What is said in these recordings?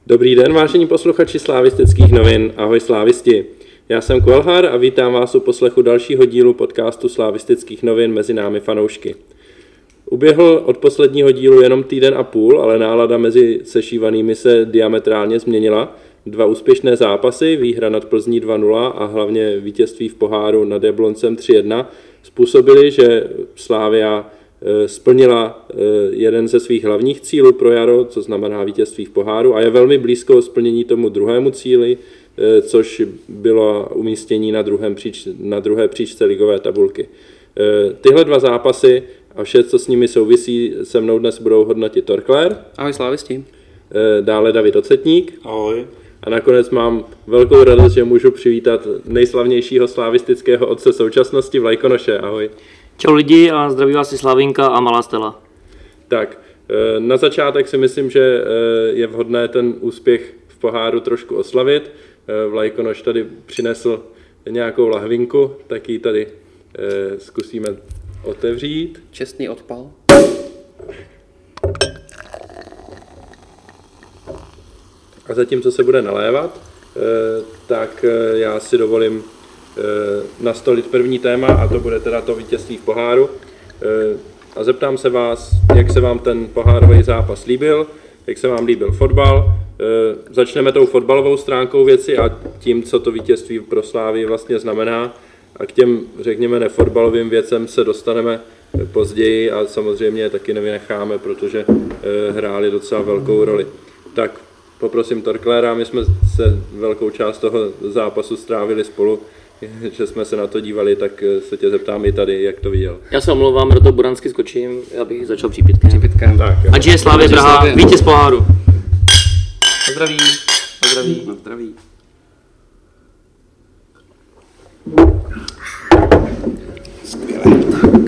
Dobrý den, vážení posluchači Slavistických novin, ahoj slávisti. Já jsem Kuelhar a vítám vás u poslechu dalšího dílu podcastu Slavistických novin Mezi námi fanoušky. Uběhl od posledního dílu jenom týden a půl, ale nálada mezi sešívanými se diametrálně změnila. 2 úspěšné zápasy, výhra nad Plzní 2-0 a hlavně vítězství v poháru nad Jabloncem 3-1 způsobily, že Slavia splnila jeden ze svých hlavních cílů pro jaro, co znamená vítězství v poháru, a je velmi blízko splnění tomu druhému cíli, což bylo umístění na druhé příčce ligové tabulky. Tyhle 2 zápasy a vše, co s nimi souvisí, se mnou dnes budou hodnotit Torkler. Ahoj slávisti. Dále David Ocetník. Ahoj. A nakonec mám velkou radost, že můžu přivítat nejslavnějšího slavistického otce současnosti Vlajkonoše. Ahoj. Čau lidi a zdraví vás i Slavinka a malá Stella. Tak, na začátek si myslím, že je vhodné ten úspěch v poháru trošku oslavit. Vlajkonoš tady přinesl nějakou lahvinku, tak ji tady zkusíme otevřít. Čestný odpal. A zatímco se bude nalévat, tak já si dovolím nastolit první téma, a to bude teda to vítězství v poháru. A zeptám se vás, jak se vám ten pohárový zápas líbil, jak se vám líbil fotbal. Začneme tou fotbalovou stránkou věci a tím, co to vítězství pro Slávii vlastně znamená. A k těm, řekněme, nefotbalovým věcem se dostaneme později a samozřejmě taky nevynecháme, protože hráli docela velkou roli. Tak poprosím Torklera, my jsme se velkou část toho zápasu strávili spolu, že jsme se na to dívali, tak se tě zeptám i tady, jak to viděl. Já se omlouvám, do toho buransky skočím, já bych začal přípitkem. Tak, Ať je Slavia Praha, vítěz poháru. Na zdraví. Na zdraví. Na zdraví. Skvěle.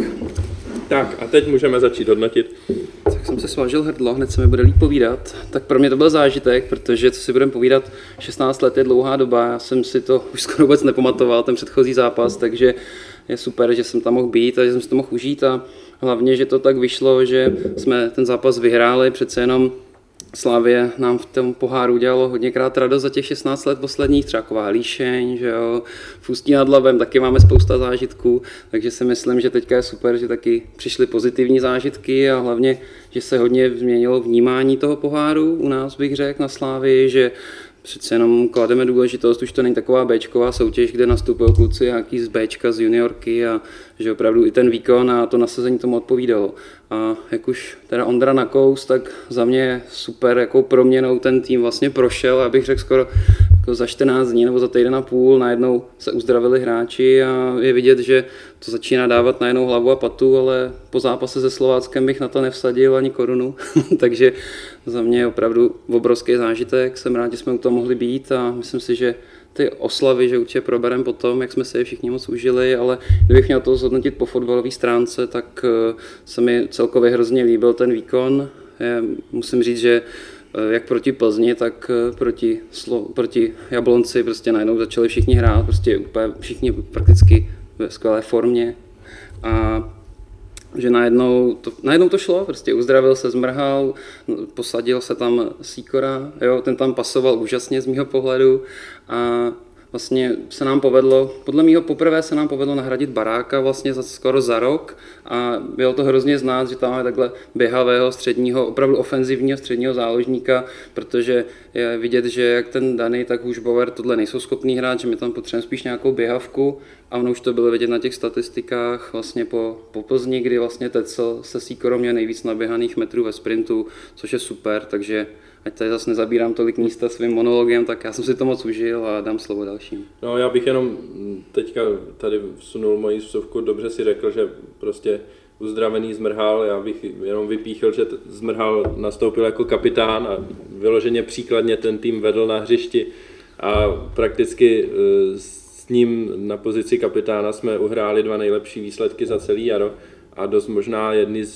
Tak a teď můžeme začít hodnotit. Tak jsem se svažil hrdlo, hned se mi bude líp povídat. Tak pro mě to byl zážitek, protože co si budeme povídat, 16 let je dlouhá doba, já jsem si to už skoro vůbec nepamatoval, ten předchozí zápas, takže je super, že jsem tam mohl být a že jsem si to mohl užít a hlavně, že to tak vyšlo, že jsme ten zápas vyhráli, přece jenom Slavie nám v tom poháru udělalo hodněkrát radost za těch 16 let posledních, třeba Ková Líšeň, že jo, v Ústí nad Labem taky máme spousta zážitků, takže si myslím, že teďka je super, že taky přišly pozitivní zážitky a hlavně, že se hodně změnilo vnímání toho poháru u nás, bych řekl, na Slavii, že přece jenom klademe důležitost, už to není taková béčková soutěž, kde nastupují kluci nějaký z béčka, z juniorky a že opravdu i ten výkon a to nasazení tomu odpovídalo. A jak už teda Ondra nakous, tak za mě je super, jakou proměnou ten tým vlastně prošel, abych řekl skoro jako za 14 dní nebo za týden a půl najednou se uzdravili hráči a je vidět, že to začíná dávat najednou hlavu a patu, ale po zápase se Slováckem bych na to nevsadil ani korunu, takže za mě je opravdu obrovský zážitek, jsem rád, že jsme u toho mohli být a myslím si, že ty oslavy, že určitě probereme potom, jak jsme se je všichni moc užili, ale kdybych měl to zhodnotit po fotbalové stránce, tak se mi celkově hrozně líbil ten výkon. Musím říct, že jak proti Plzni, tak proti Jablonci prostě najednou začali všichni hrát, prostě úplně všichni prakticky ve skvělé formě a že najednou to šlo, prostě uzdravil se, zmrhal, posadil se tam Sýkora, jo, ten tam pasoval úžasně z mýho pohledu a vlastně se nám povedlo, podle mýho poprvé se nám povedlo nahradit Baráka vlastně skoro za rok a bylo to hrozně znát, že tam máme takhle běhavého středního, opravdu ofenzivního středního záložníka, protože je vidět, že jak ten Dany, tak Hušbauer tohle nejsou schopný hrát, že my tam potřebujeme spíš nějakou běhavku a ono už to bylo vidět na těch statistikách vlastně po Plzni, kdy vlastně Tecel se Sýkorom měl nejvíc naběhaných metrů ve sprintu, což je super, takže ať tady zase nezabírám tolik místa svým monologem, tak já jsem si to moc užil a dám slovo dalším. No, já bych jenom teďka tady vsunul moji vsuvku, dobře si řekl, že prostě uzdravený Zmrhal, já bych jenom vypíchl, že Zmrhal nastoupil jako kapitán a vyloženě příkladně ten tým vedl na hřišti a prakticky s ním na pozici kapitána jsme uhráli 2 nejlepší výsledky za celý jaro a dost možná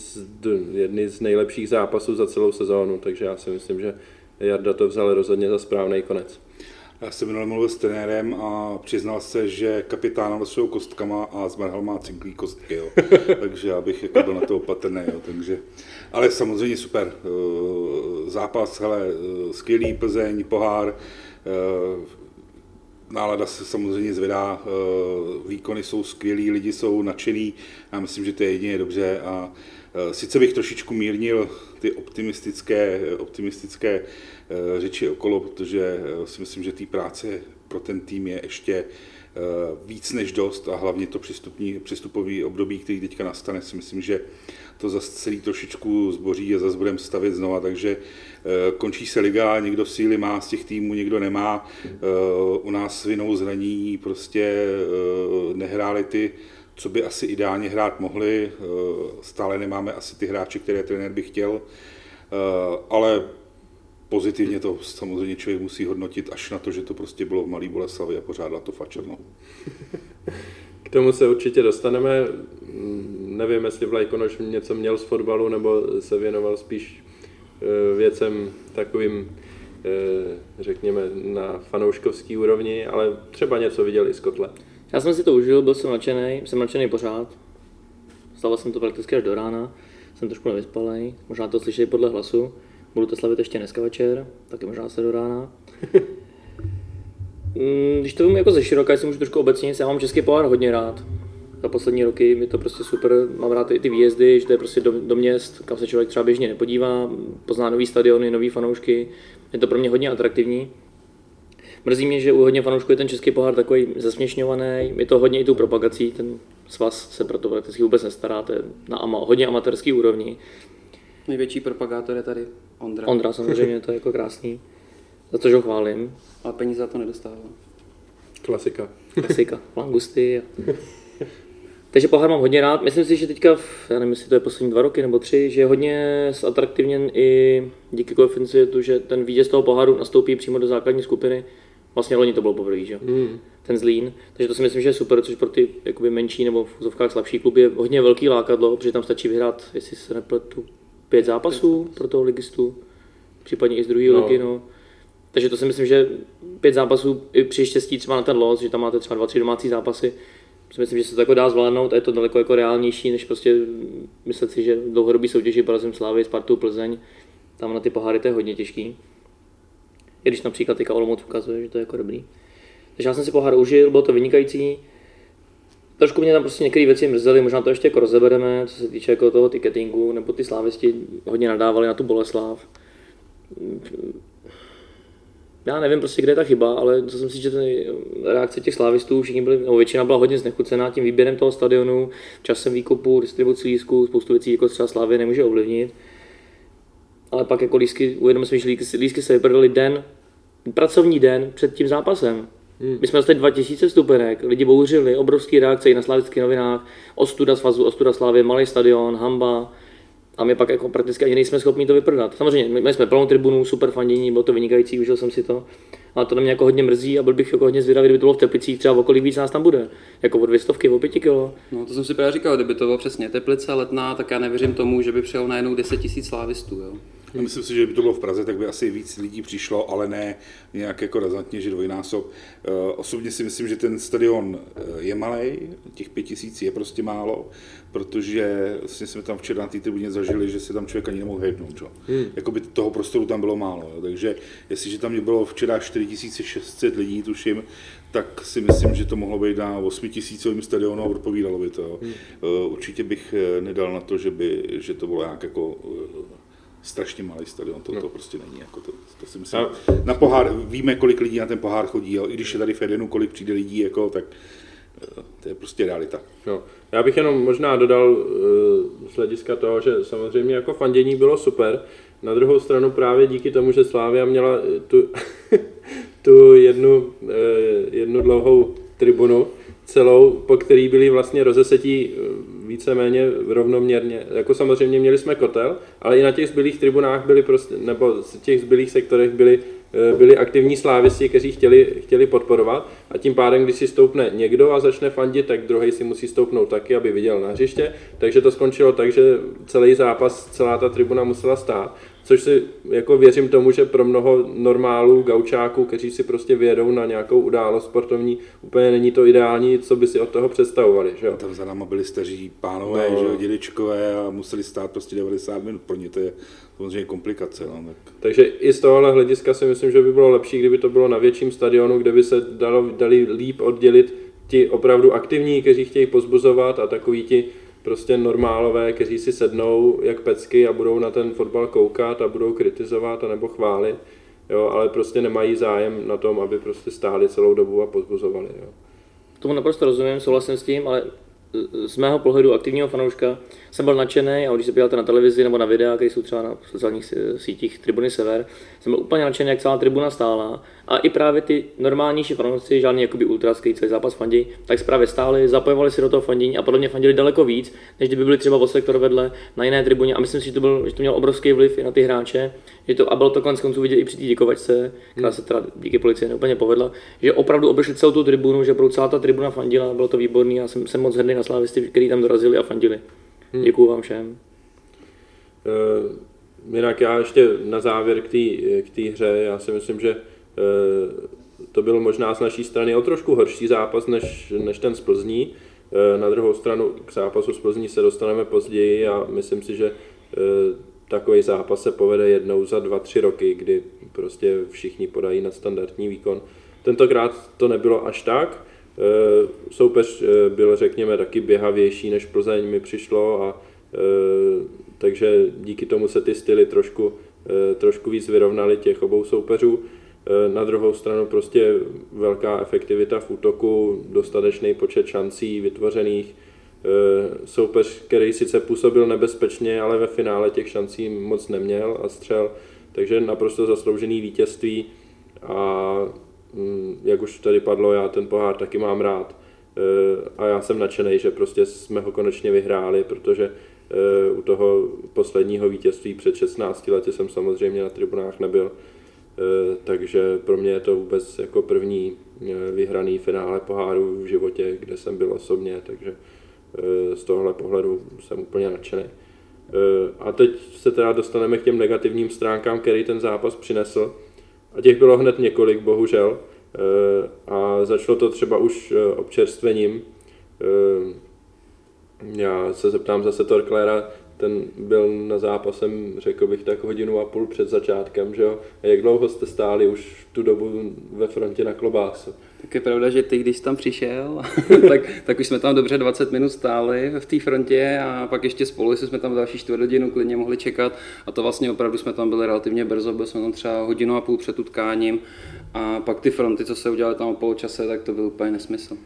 jedny z nejlepších zápasů za celou sezónu, takže já si myslím, že Jarda to vzal rozhodně za správný konec. Já jsem minule mluvil s trenérem a přiznal se, že kapitán nalosuje kostkama a Zmrhal má cinklý kostky, jo. Takže já bych jako byl na to opatrný, jo. Takže, ale samozřejmě super. zápas, hele, skvělý Plzeň, pohár, nálada se samozřejmě zvedá, výkony jsou skvělý, lidi jsou nadšený, já myslím, že to je jedině dobře a sice bych trošičku mírnil ty optimistické řeči okolo, protože si myslím, že té práce pro ten tým je ještě víc než dost a hlavně to přestupový období, který teďka nastane, si myslím, že to zase celý trošičku zboří a zase budeme stavět znova, takže končí se liga, někdo síly má z těch týmů, někdo nemá, u nás vinou zranění prostě nehráli ty, co by asi ideálně hrát mohli, stále nemáme asi ty hráče, které trenér by chtěl, ale pozitivně to samozřejmě člověk musí hodnotit až na to, že to prostě bylo v Malý Boleslavi a pořádala to Fačerno. K tomu se určitě dostaneme. Nevím, jestli Vlajkonoš něco měl z fotbalu, nebo se věnoval spíš věcem takovým, řekněme, na fanouškovský úrovni, ale třeba něco viděl i z kotle. Já jsem si to užil, byl jsem nadšený pořád. Stával jsem to prakticky až do rána, jsem trošku nevyspalej, možná to slyšeli podle hlasu. Budu to slavit ještě dneska večer, taky možná se do rána. Když to vím jako ze široka, si můžu trošku obecnit, já mám český pohár hodně rád. Za poslední roky je to prostě super, mám rád i ty výjezdy, že to je prostě do měst, kam se člověk třeba běžně nepodívá, pozná nový stadiony, nový fanoušky, je to pro mě hodně atraktivní. Mrzí mě, že u hodně fanoušků je ten český pohár takový zesměšňovaný, je to hodně i tu propagací, ten svaz se proto prakticky vůbec nestará, to je na hodně amatérský úrovni. Největší propagátor je tady Ondra. Ondra samozřejmě, to je jako krásný, za to, že ho chválím. Ale peníze za to nedostává. Klasika. Langusty. Takže pohár mám hodně rád, myslím si, že teďka, já nevím, jestli to je poslední 2 roky nebo 3, že je hodně zatraktivněn i díky koeficientu, že ten vítěz toho poháru nastoupí přímo do základní skupiny. Vlastně loni to bylo poprvé, že? Ten Zlín. Takže to si myslím, že je super, což pro ty jakoby menší nebo v úzovkách slabší kluby je hodně velký lákadlo, protože tam stačí vyhrát, jestli se nepletu, 5 zápasů pro toho ligistu, případně i z druhé ligy. No. Takže to si myslím, že 5 zápasů i při štěstí třeba na ten los, že tam máte třeba 2-3 domácí zápasy, si myslím, že se to jako dá zvládnout a je to daleko jako reálnější, než prostě myslet si, že dlouhodobý soutěži porazím Slávy, Spartu, Plzeň, tam na ty poháry to je hodně těžký. I když například teďka Olomouc ukazuje, že to je jako dobrý. Takže já jsem si pohár užil, bylo to vynikající. Trošku mě tam prostě některé věci mrzely, možná to ještě jako rozebereme, co se týče jako toho ticketingu, nebo ty slávisti hodně nadávali na tu Boleslav. Já nevím prostě, kde je ta chyba, ale to jsem si, že reakce těch slávistů, všichni byli, nebo většina byla hodně znechucená tím výběrem toho stadionu, časem výkupu, distribucí lístků, spoustu věcí jako třeba Slávy nemůže ovlivnit. Ale pak jako lístky, uvědomili jsme, že lístky se vyprodaly pracovní den před tím zápasem. My jsme dostali 2000 vstupenek, lidi bouřili, obrovský reakce i na slavických novinách, ostuda svazu, ostuda Slávy, malý stadion, hamba. A my pak jako prakticky ani nejsme schopni to vyprodat. Samozřejmě, my jsme plnou tribunu, super fandění, bylo to vynikající, užil jsem si to. Ale to na mě jako hodně mrzí a byl bych jako hodně zvědavý, kdyby to bylo v Teplicích, třeba o kolik víc nás tam bude. Jako o 200, o 5 kilo. No to jsem si právě říkal, kdyby to bylo přesně Teplice, Letná, tak já nevěřím tomu, že by přijel najednou 10 000 slávistů. Jo. Myslím si, že kdyby to bylo v Praze, tak by asi víc lidí přišlo, ale ne nějak jako razantně, že dvojnásob. Osobně si myslím, že ten stadion je malej, těch 5000 je prostě málo, protože vlastně jsme tam včera na té tribuně zažili, že se tam člověk ani nemohl hejtnout. Jakoby toho prostoru tam bylo málo, jo. Takže jestliže tam bylo včera 4600 lidí, tuším, tak si myslím, že to mohlo být na 8000 stadionu a odpovídalo by to. Jo. Určitě bych nedal na to, že to bylo nějak jako strašně malý stadion, to prostě není. Jako to si myslím. Na pohár, víme, kolik lidí na ten pohár chodí, jo. I když je tady v Edenu, kolik přijde lidí, jako, tak to je prostě realita. No, já bych jenom možná dodal z hlediska toho, že samozřejmě jako fandění bylo super. Na druhou stranu právě díky tomu, že Slavia měla tu jednu dlouhou tribunu celou, po který byli vlastně rozesetí víceméně rovnoměrně. Jako samozřejmě měli jsme kotel, ale i na těch zbylých tribunách byli prostě, nebo v těch zbylých sektorech byli aktivní slávisti, kteří chtěli podporovat a tím pádem, když si stoupne někdo a začne fandit, tak druhý si musí stoupnout taky, aby viděl na hřiště. Takže to skončilo tak, že celý zápas, celá ta tribuna musela stát což si jako věřím tomu, že pro mnoho normálů, gaučáků, kteří si prostě vyjedou na nějakou událost sportovní, úplně není to ideální, co by si od toho představovali. Že jo? Tam za náma byli staří pánové, že jo, dědečkové a museli stát prostě 90 minut, pro ně to je samozřejmě komplikace. No, tak. Takže i z tohohle hlediska si myslím, že by bylo lepší, kdyby to bylo na větším stadionu, kde by se dali líp oddělit ti opravdu aktivní, kteří chtějí pozbuzovat a takový ti prostě normálové, kteří si sednou jak pecky a budou na ten fotbal koukat a budou kritizovat a nebo chválit, jo, ale prostě nemají zájem na tom, aby prostě stáli celou dobu a pozbuzovali. Jo. Tomu naprosto rozumím, souhlasím s tím, ale z mého pohledu aktivního fanouška jsem byl nadšený a když se podíváte na televizi nebo na videa, které jsou třeba na sociálních sítích Tribuny Sever, jsem byl úplně nadšený, jak celá tribuna stála a i právě ty normálnější fanoušci, žádný jakoby ultraský celý zápas fandí, tak právě stáli, zapojovali si do toho fandění a podle mě fandili daleko víc, než kdyby byli třeba o sektor vedle na jiné tribuně a myslím si, že to mělo obrovský vliv i na ty hráče, a bylo to konec konců vidět i při té děkovačce, která se teda díky policii neúplně povedla, že opravdu obešli celou tu tribunu, že opravdu celá ta tribuna fandila, bylo to výborný a jsem moc hrdý na slávisty, kteří tam dorazili a fandili. Děkuju vám všem. Jinak já ještě na závěr k té hře, já si myslím, že to byl možná z naší strany o trošku horší zápas než ten z Plzní. Na druhou stranu k zápasu z Plzní se dostaneme později a myslím si, že takový zápas se povede jednou za 2-3 roky, kdy prostě všichni podají nadstandardní výkon. Tentokrát to nebylo až tak. Soupeř byl, řekněme, taky běhavější než Plzeň mi přišlo a takže díky tomu se ty styly trošku víc vyrovnaly těch obou soupeřů. Na druhou stranu prostě velká efektivita v útoku, dostatečný počet šancí vytvořených. Soupeř, který sice působil nebezpečně, ale ve finále těch šancí moc neměl a střel, takže naprosto zasloužený vítězství a jak už tady padlo, já ten pohár taky mám rád a já jsem nadšenej, že prostě jsme ho konečně vyhráli, protože u toho posledního vítězství před 16 lety jsem samozřejmě na tribunách nebyl, takže pro mě je to vůbec jako první vyhraný finále poháru v životě, kde jsem byl osobně, takže z tohohle pohledu jsem úplně nadšený. A teď se teda dostaneme k těm negativním stránkám, který ten zápas přinesl. A těch bylo hned několik, bohužel. A začalo to třeba už občerstvením. Já se zeptám zase Torklera, ten byl na zápasem, řekl bych, tak 1,5 hodiny před začátkem, že jo? A jak dlouho jste stáli už tu dobu ve frontě na klobásu? Tak je pravda, že ty, když jsi tam přišel, tak už jsme tam dobře 20 minut stáli v té frontě a pak ještě spolu, jestli jsme tam další 4 hodinu klidně mohli čekat a to vlastně opravdu jsme tam byli relativně brzo, byli jsme tam třeba 1,5 hodiny před utkáním a pak ty fronty, co se udělaly tam o poločase, tak to byl úplně nesmysl.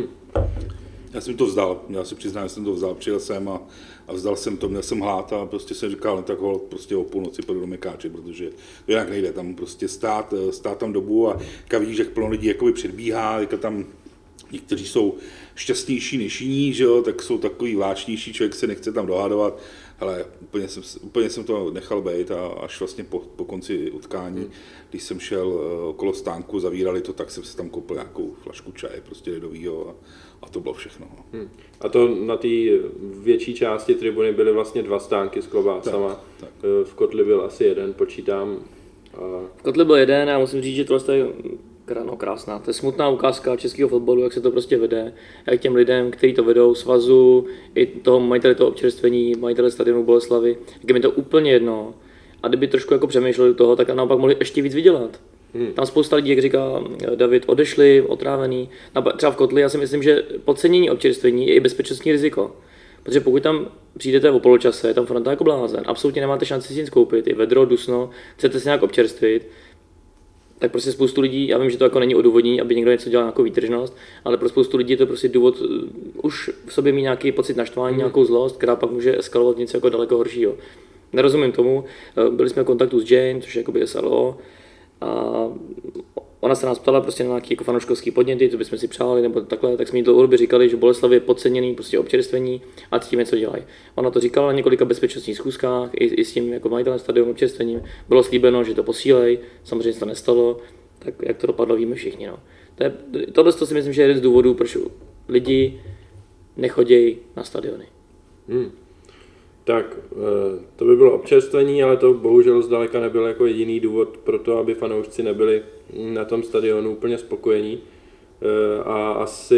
Já jsem to vzdal, já si přiznám, že jsem to vzdal, přijel jsem a vzdal jsem to, měl jsem hlad a prostě jsem říkal, no tak holt prostě o půlnoci půjdu do Mekáče, protože to jinak nejde, tam prostě stát tam dobu a vidíš, jak plno lidí jakoby předbíhá, tam někteří jsou šťastnější než jiní, že jo, tak jsou takový vláčnější, člověk se nechce tam dohadovat, ale úplně jsem to nechal být a až vlastně po konci utkání, když jsem šel okolo stánku, zavírali to, tak jsem se tam koupil nějakou flašku čaje, prostě ledovýho a to bylo všechno. A to na té větší části tribuny byly vlastně 2 stánky s klobásama, tak. V Kotli byl asi 1, počítám. V Kotli byl 1 a musím říct, že tohle je krásná. To je smutná ukázka českého fotbalu, jak se to prostě vede, jak těm lidem, kteří to vedou, svazu, i toho majitele toho občerstvení, majitele stadionu Boleslavy, jak je mi to úplně jedno. A kdyby trošku jako přemýšleli do toho, tak naopak mohli ještě víc vydělat. Tam spousta lidí, jak říká David, odešli, otrávený. Třeba v Kotli, já si myslím, že podcenění občerstvení je i bezpečnostní riziko. Protože pokud tam přijdete o poločase, je tam fronta jako blázen, absolutně nemáte šanci si nic koupit, je vedro, dusno, chcete se nějak občerstvit, tak prostě spoustu lidí, já vím, že to jako není odůvodnění, aby někdo něco dělal nějakou výtržnost, ale pro spoustu lidí je to prostě důvod už v sobě mít nějaký pocit naštvání, nějakou zlost, která pak může eskalovat něco jako daleko horšího. Nerozumím tomu, byli jsme v kontaktu s Jane, což je jakoby SLO, a ona se nás ptala prostě na nějaké jako fanouškovské podněty, co bychom si přáli nebo takhle, tak jsme jí dlouhodobě říkali, že Boleslav je podceněný prostě občerstvení a s tím něco dělají. Ona to říkala na několika bezpečnostních schůzkách, i s tím jako majitelem stadionu občerstvením, bylo slíbeno, že to posílej, samozřejmě se to nestalo, tak jak to dopadlo, víme všichni. No. Tohle si myslím, že je jeden z důvodů, proč lidi nechodějí na stadiony. Tak to by bylo občerstvení, ale to bohužel zdaleka nebyl jako jediný důvod pro to, aby fanoušci nebyli na tom stadionu úplně spokojení. A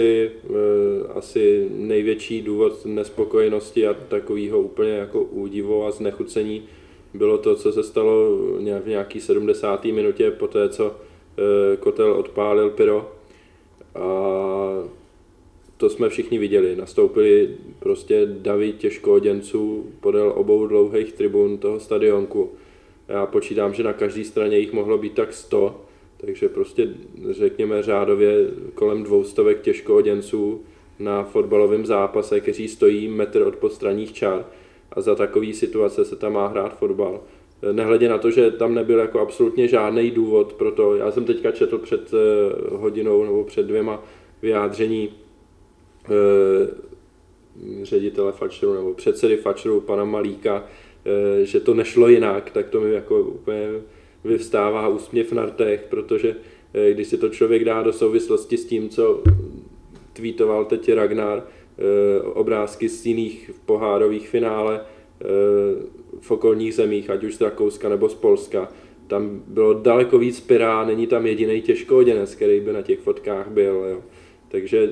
asi největší důvod nespokojenosti a takového úplně jako údivu a znechucení bylo to, co se stalo v nějaký 70. minutě po té, co Kotel odpálil pyro. A to jsme všichni viděli. Nastoupili prostě davy těžkooděnců podél obou dlouhých tribun toho stadionku. Já počítám, že na každé straně jich mohlo být tak 100, takže prostě řekněme řádově kolem 200 těžkooděnců na fotbalovém zápase, kteří stojí metr od postranních čar a za takový situace se tam má hrát fotbal. Nehledě na to, že tam nebyl jako absolutně žádný důvod pro to. Já jsem teďka četl před hodinou nebo před 2 vyjádření ředitele Fatscheru nebo předsedy Fatscheru, pana Malíka, že to nešlo jinak, tak to mi jako úplně vyvstává úsměv na rtech, protože když si to člověk dá do souvislosti s tím, co tweetoval teď Ragnar, obrázky z jiných pohárových finále v okolních zemích, ať už z Rakouska nebo z Polska, tam bylo daleko víc pyrá, není tam jediný těžkooděnec, který by na těch fotkách byl. Jo. Takže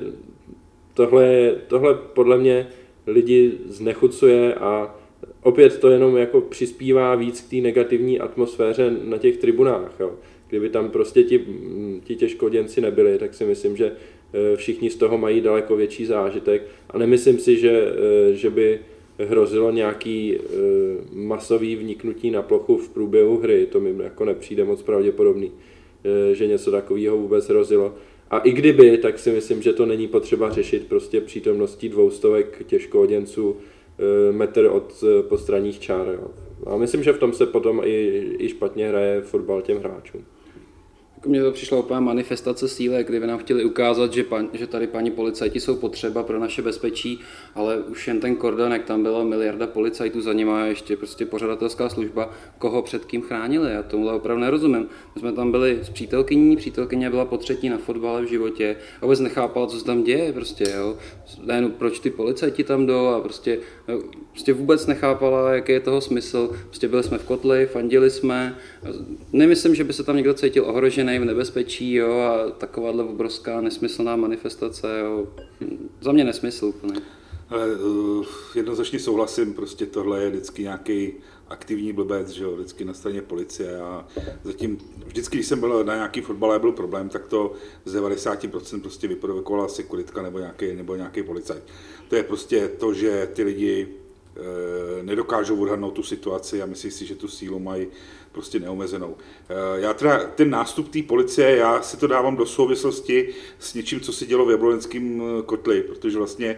tohle podle mě lidi znechucuje a opět to jenom jako přispívá víc k té negativní atmosféře na těch tribunách. Jo. Kdyby tam prostě ti těžkooděnci nebyli, tak si myslím, že všichni z toho mají daleko větší zážitek a nemyslím si, že by hrozilo nějaký masový vniknutí na plochu v průběhu hry. To mi jako nepřijde moc pravděpodobný, že něco takového vůbec hrozilo. A i kdyby, tak si myslím, že to není potřeba řešit prostě přítomností 200 těžkooděnců metr od postranních čár. Jo. A myslím, že v tom se potom i špatně hraje fotbal těm hráčům. Mně to přišla úplná manifestace síly, kdyby nám chtěli ukázat, že tady páni policajti jsou potřeba pro naše bezpečí, ale už jen ten kordon, jak tam byla miliarda policajtů za nima a ještě prostě pořadatelská služba, koho před kým chránili. Já tomuhle opravdu nerozumím. My jsme tam byli s přítelkyně byla potřetí na fotbale v životě a vůbec nechápala, co se tam děje, prostě, jo. Nejen proč ty policajti tam jdou a prostě vůbec nechápala, jaký je toho smysl. Prostě byli jsme v kotli, fandili jsme. Nemyslím, že by se tam někdo cítil ohrožený, v nebezpečí, jo, a takováhle obrovská nesmyslná manifestace, jo. Za mě nesmysl úplně. Ale jednoznačně souhlasím, prostě tohle je vždycky nějaký aktivní blbec, že jo, vždycky na straně policie a zatím, vždycky, když jsem byl na nějaký fotbale, byl problém, tak to z 90% prostě vyprovokovala sekuritka nebo nějaký policajt. To je prostě to, že ty lidi nedokážou odhadnout tu situaci a myslí si, že tu sílu mají prostě neomezenou. Já teda ten nástup té policie, já si to dávám do souvislosti s něčím, co se dělo v Jablonském kotli, protože vlastně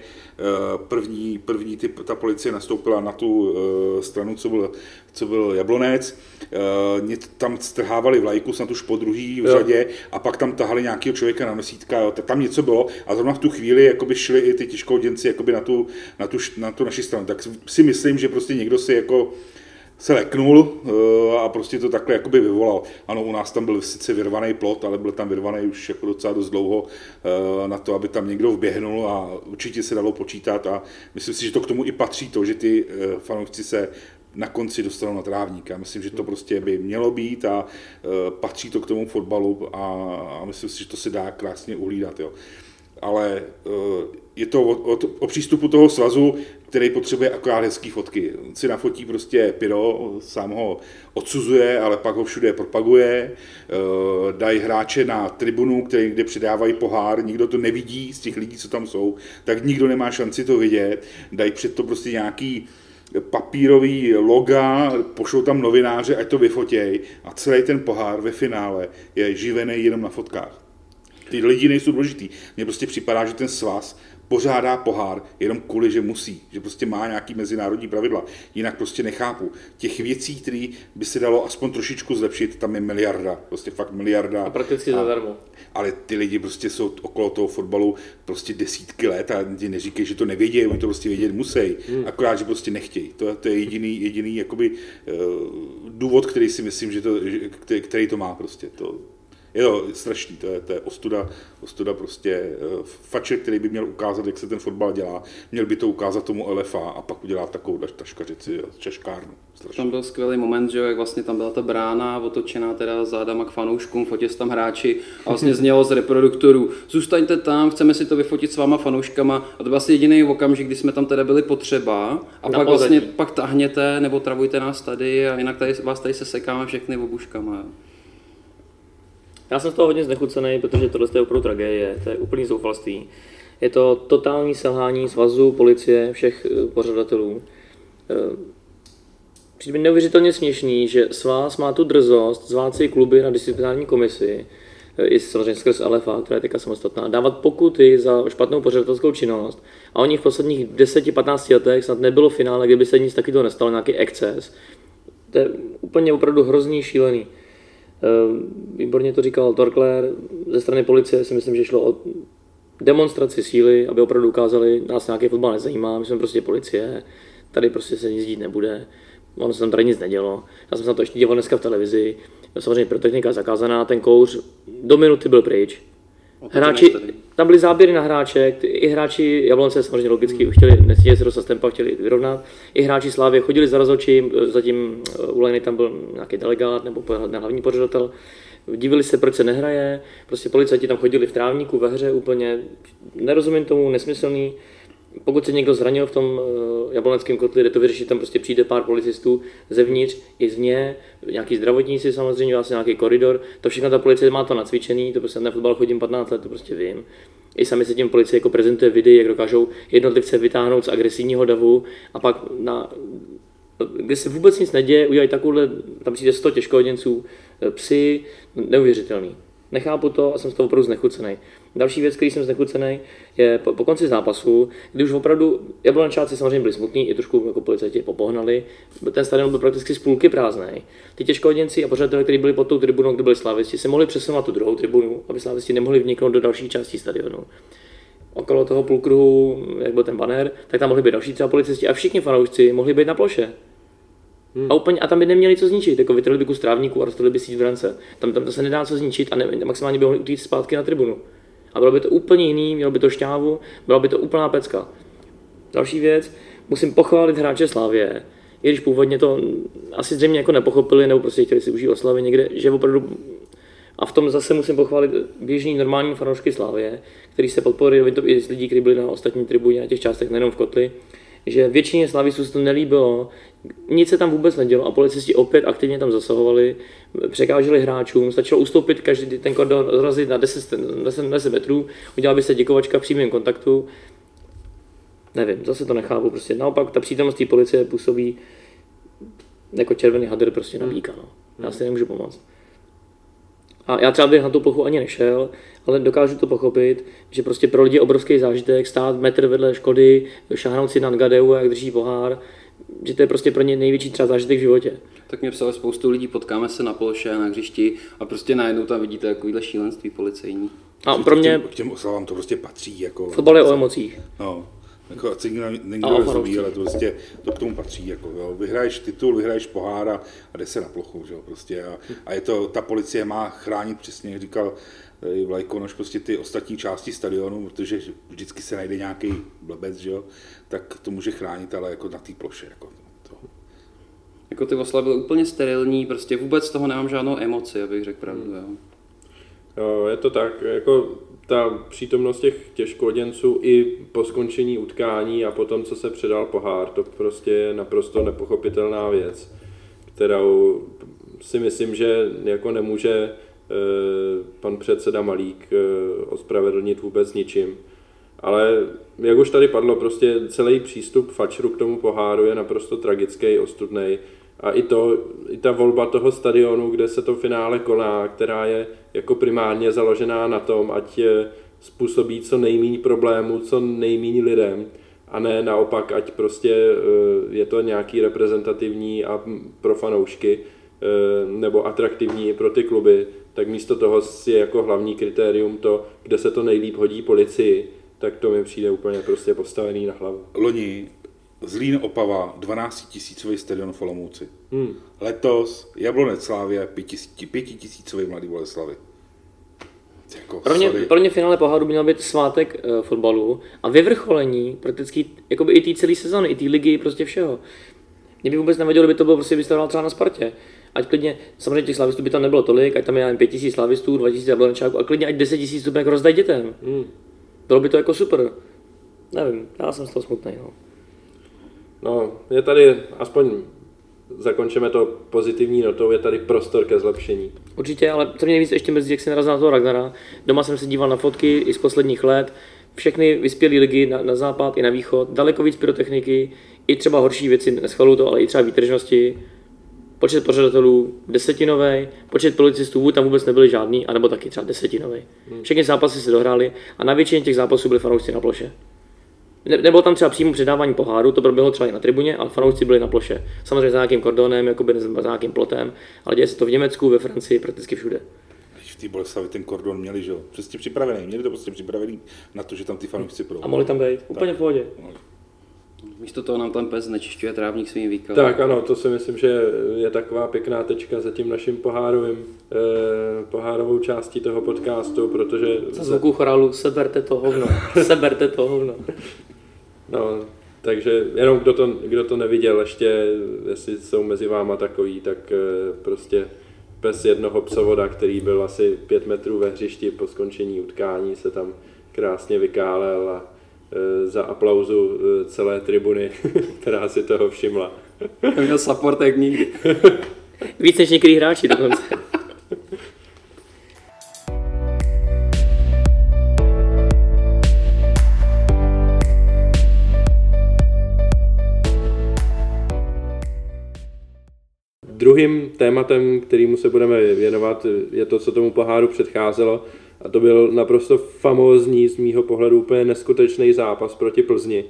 ta policie nastoupila na tu stranu, co byl Jablonec, tam strhávali vlajku, snad už po druhý v řadě a pak tam tahali nějakého člověka na nosítka, tam něco bylo a zrovna v tu chvíli jakoby šli i ty těžkooděnci jakoby na tu naši stranu. Tak si myslím, že prostě někdo si jako se leknul a prostě to takhle jakoby vyvolal. Ano, u nás tam byl sice vyrvaný plot, ale byl tam vyrvaný už jako docela dost dlouho na to, aby tam někdo vběhnul a určitě se dalo počítat a myslím si, že to k tomu i patří to, že ty fanoušci se na konci dostanou na trávník. Já myslím, že to prostě by mělo být a patří to k tomu fotbalu a myslím si, že to se dá krásně uhlídat. Jo. Ale je to o přístupu toho svazu, který potřebuje akorát hezký fotky. On si nafotí prostě pyro, sám ho odsuzuje, ale pak ho všude propaguje. Dají hráče na tribunu, kde přidávají pohár, nikdo to nevidí z těch lidí, co tam jsou, tak nikdo nemá šanci to vidět. Dají před to prostě nějaký papírový loga, pošlou tam novináře, ať to vyfotěj a celý ten pohár ve finále je živený jenom na fotkách. Ty lidi nejsou důležitý. Mně prostě připadá, že ten svaz pořádá pohár jenom kvůli, že musí, že prostě má nějaký mezinárodní pravidla. Jinak prostě nechápu. Těch věcí, které by se dalo aspoň trošičku zlepšit, tam je miliarda, prostě fakt miliarda. A prakticky zadarmo. Ale ty lidi prostě jsou okolo toho fotbalu prostě desítky let a ti neříkají, že to nevědějí, oni to prostě vědět musí. Akorát, že prostě nechtějí. To je jediný jakoby důvod, který si myslím, který to má prostě. Je to strašný, to je ostuda prostě. Fačer, který by měl ukázat, jak se ten fotbal dělá, měl by to ukázat tomu LFA a pak udělat takovou taškařici, češkárnu. Strašný. Tam byl skvělý moment, že jak vlastně tam byla ta brána otočená teda zádama k fanouškům, fotě se tam hráči a vlastně znělo z reproduktorů: zůstaňte tam, chceme si to vyfotit s váma fanouškama. A to byl vlastně jediný okamžik, kdy jsme tam teda byli potřeba a pak vlastně pak tahněte nebo travujte nás tady a jinak vás tady se sekáme všechny obuškama. Já jsem z toho hodně znechucený, protože tohle je opravdu tragédie, to je úplný zoufalství. Je to totální selhání svazu, policie, všech pořadatelů. Přijde mi neuvěřitelně směšný, že svaz má tu drzost zvát si kluby na disciplinární komisi, i samozřejmě skrz LFA, která je teďka samostatná, dávat pokuty za špatnou pořadatelskou činnost a oni v posledních 10-15 letech snad nebylo finále, kdyby se nic takového nestalo, nějaký exces. To je úplně opravdu hrozný, šílený. Výborně to říkal Torkler, ze strany policie si myslím, že šlo o demonstraci síly, aby opravdu ukázali, nás nějaký fotbal nezajímá, my jsme prostě policie, tady prostě se nic dít nebude, ono se tam tady nic nedělo. Já jsem se na to ještě díval dneska v televizi, samozřejmě pyrotechnika zakázaná, ten kouř do minuty byl pryč. Hráči, tam byly záběry na hráče, i hráči Jablonce samozřejmě logicky chtěli, necítili se do Sastempa, chtěli vyrovnat, i hráči Slávie chodili za rozhodčím, zatím u Lejny tam byl nějaký delegát nebo hlavní pořadatel, divili se, proč se nehraje, prostě policajti tam chodili v trávníku ve hře, úplně nerozumím tomu, nesmyslný. Pokud se někdo zranil v tom Jabloneckém kotli, jde to vyřešit, tam prostě přijde pár policistů zevnitř i zvně, nějaký zdravotníci samozřejmě, vlastně nějaký koridor, to všechno ta policie má to nacvičený, to prostě na fotbal chodím 15 let, to prostě vím. I sami se tím policie jako prezentuje videa, jak dokážou jednotlivce vytáhnout z agresivního davu a pak kde se vůbec nic neděje, udělají takovouhle, tam přijde 100 těžkohoděnců, psy, neuvěřitelný. Nechápu to a jsem z toho opravdu znechucený. Další věc, který jsem znechucený, je po konci zápasu, kdy už opravdu Jablončáci samozřejmě byli smutní, i trošku jako policajti popohnali, ten stadion byl prakticky z půlky prázdný. Ty těžkohoděnci a pořadatelé, kteří byli pod tou tribunou, kde byli slávisti, se mohli přesunout tu druhou tribunu, aby slávisti nemohli vniknout do další části stadionu. Okolo toho půlkruhu, jak byl ten banner, tak tam mohli být další třeba policisti a všichni fanoušci mohli být na ploše. A tam by neměli co zničit, jako vytrhli by kus trávníku a roztrhli by síť v brance. Tam to se nedá co zničit a maximálně by mohli utíct zpátky na tribunu. A bylo by to úplně jiný, mělo by to šťávu, byla by to úplná pecka. Další věc, musím pochválit hráče Slavie, i když původně to asi zřejmě jako nepochopili, nebo prostě chtěli si užít oslavy někde, že opravdu. A v tom zase musím pochválit běžný normální fanoušky Slavie, který se podporili, to i z lidí, kteří byli na ostatní tribuně, na těch částech, nejenom v kotli, že většině slavistů se to nelíbilo, nic se tam vůbec nedělo a policisti opět aktivně tam zasahovali, překáželi hráčům, stačilo ustoupit každý ten kordon, zrazit na 10 metrů, udělala by se děkovačka v přímém kontaktu. Nevím, zase to nechápu, prostě naopak ta přítomnost té policie působí jako červený hadr prostě na býka, no. Já si nemůžu pomoct. A já třeba bych na tu plochu ani nešel, ale dokážu to pochopit, že prostě pro lidi je obrovský zážitek stát metr vedle Škody, šáhnout si na Ngadeu, jak drží pohár, že to je prostě pro ně největší třeba zážitek v životě. Tak mě psalo spoustu lidí, potkáme se na ploše, na hřišti a prostě najednou tam vidíte takovýhle šílenství policejní. A pro mě k těm oslavám to prostě patří. Jako, fotbal je o emocích. No. Jako, ať se nikdo nezlobí, ale to prostě to k tomu patří. Jako, jo. Vyhraješ titul, vyhraješ pohára a jde se na plochu. Že jo, prostě. A je to, ta policie má chránit přesně, jak říkal Vlajkonoš, prostě ty ostatní části stadionu, protože vždycky se najde nějaký blbec, že jo, tak to může chránit, ale jako na té ploše. Jako, to. Jako ty oslavy byly úplně sterilní, prostě vůbec z toho nemám žádnou emoci, abych řekl pravdu. Jo. Jo, je to tak, jako ta přítomnost těch těžkohoděnců i po skončení utkání a potom, co se předal pohár, to prostě je naprosto nepochopitelná věc, kterou si myslím, že jako nemůže pan předseda Malík ospravedlnit vůbec ničím. Ale jak už tady padlo, prostě celý přístup fačru k tomu poháru je naprosto tragický, ostudnej. A i ta volba toho stadionu, kde se to finále koná, která je jako primárně založená na tom, ať způsobí co nejméně problémů, co nejméně lidem, a ne naopak, ať prostě je to nějaký reprezentativní a pro fanoušky, nebo atraktivní pro ty kluby, tak místo toho je jako hlavní kritérium to, kde se to nejlíp hodí policii, tak to mi přijde úplně prostě postavený na hlavu. Loni Zlín Opava 12 000 stadion v Olomouci. Letos Jablonec Slavia 5 000 Mladý Boleslavi. Jako, pro mě finále poháru by měl být svátek fotbalu a vyvrcholení prakticky jakoby i té celé sezony, i té ligy, prostě všeho. Mě by vůbec nevadilo, kdyby to bylo prostě vystavěno třeba na Spartě. Ať klidně, samozřejmě těch slávistů by tam nebylo tolik, ať tam je 5 000 slávistů, 2 000 jablonečáků a klidně ať 10 000 vstupenek rozdají dětem. Bylo by to jako super. Nevím, já jsem z toho smutný. No, je tady, aspoň zakončíme to pozitivní notou, je tady prostor ke zlepšení. Určitě, ale co mě nejvíc ještě mrzí, jak si narazil na toho Ragnara. Doma jsem se díval na fotky i z posledních let. Všechny vyspělé ligy na západ i na východ, daleko víc pyrotechniky, i třeba horší věci, neschvaluju to, ale i třeba výtržnosti. Počet pořadatelů desetinový, počet policistů tam vůbec nebyli žádný, anebo taky třeba desetinový. Všechny zápasy se dohrály a na většině těch zápasů byli fanoušci na ploše. Nebylo tam třeba přímo předávání poháru, to proběhlo třeba i na tribuně, ale fanoušci byli na ploše. Samozřejmě za nějakým kordonem, jakoby za nějakým plotem, ale děje se to v Německu, ve Francii, prakticky všude. V té Boleslavi ten kordon měli, že jo, přesně připravený, měli to prostě připravený na to, že tam ty fanoušci budou. A mohli tam být, úplně v pohodě. Místo toho nám tam pes znečišťuje trávník svým výkalem. Tak ano, to si myslím, že je taková pěkná tečka za tím naším pohárovou částí toho podcastu, protože... Za zvuku chorálu seberte to hovno, seberte to hovno. No, takže jenom kdo to neviděl ještě, jestli jsou mezi váma takový, tak prostě pes jednoho psovoda, který byl asi 5 metrů ve hřišti po skončení utkání, se tam krásně vykálel a za aplauzu celé tribuny, která si toho všimla. Měl support jak nikdy. Víc než některý hráči dokonce. Druhým tématem, kterému se budeme věnovat, je to, co tomu poháru předcházelo, a to byl naprosto famózní, z mýho pohledu úplně neskutečný zápas proti Plzni,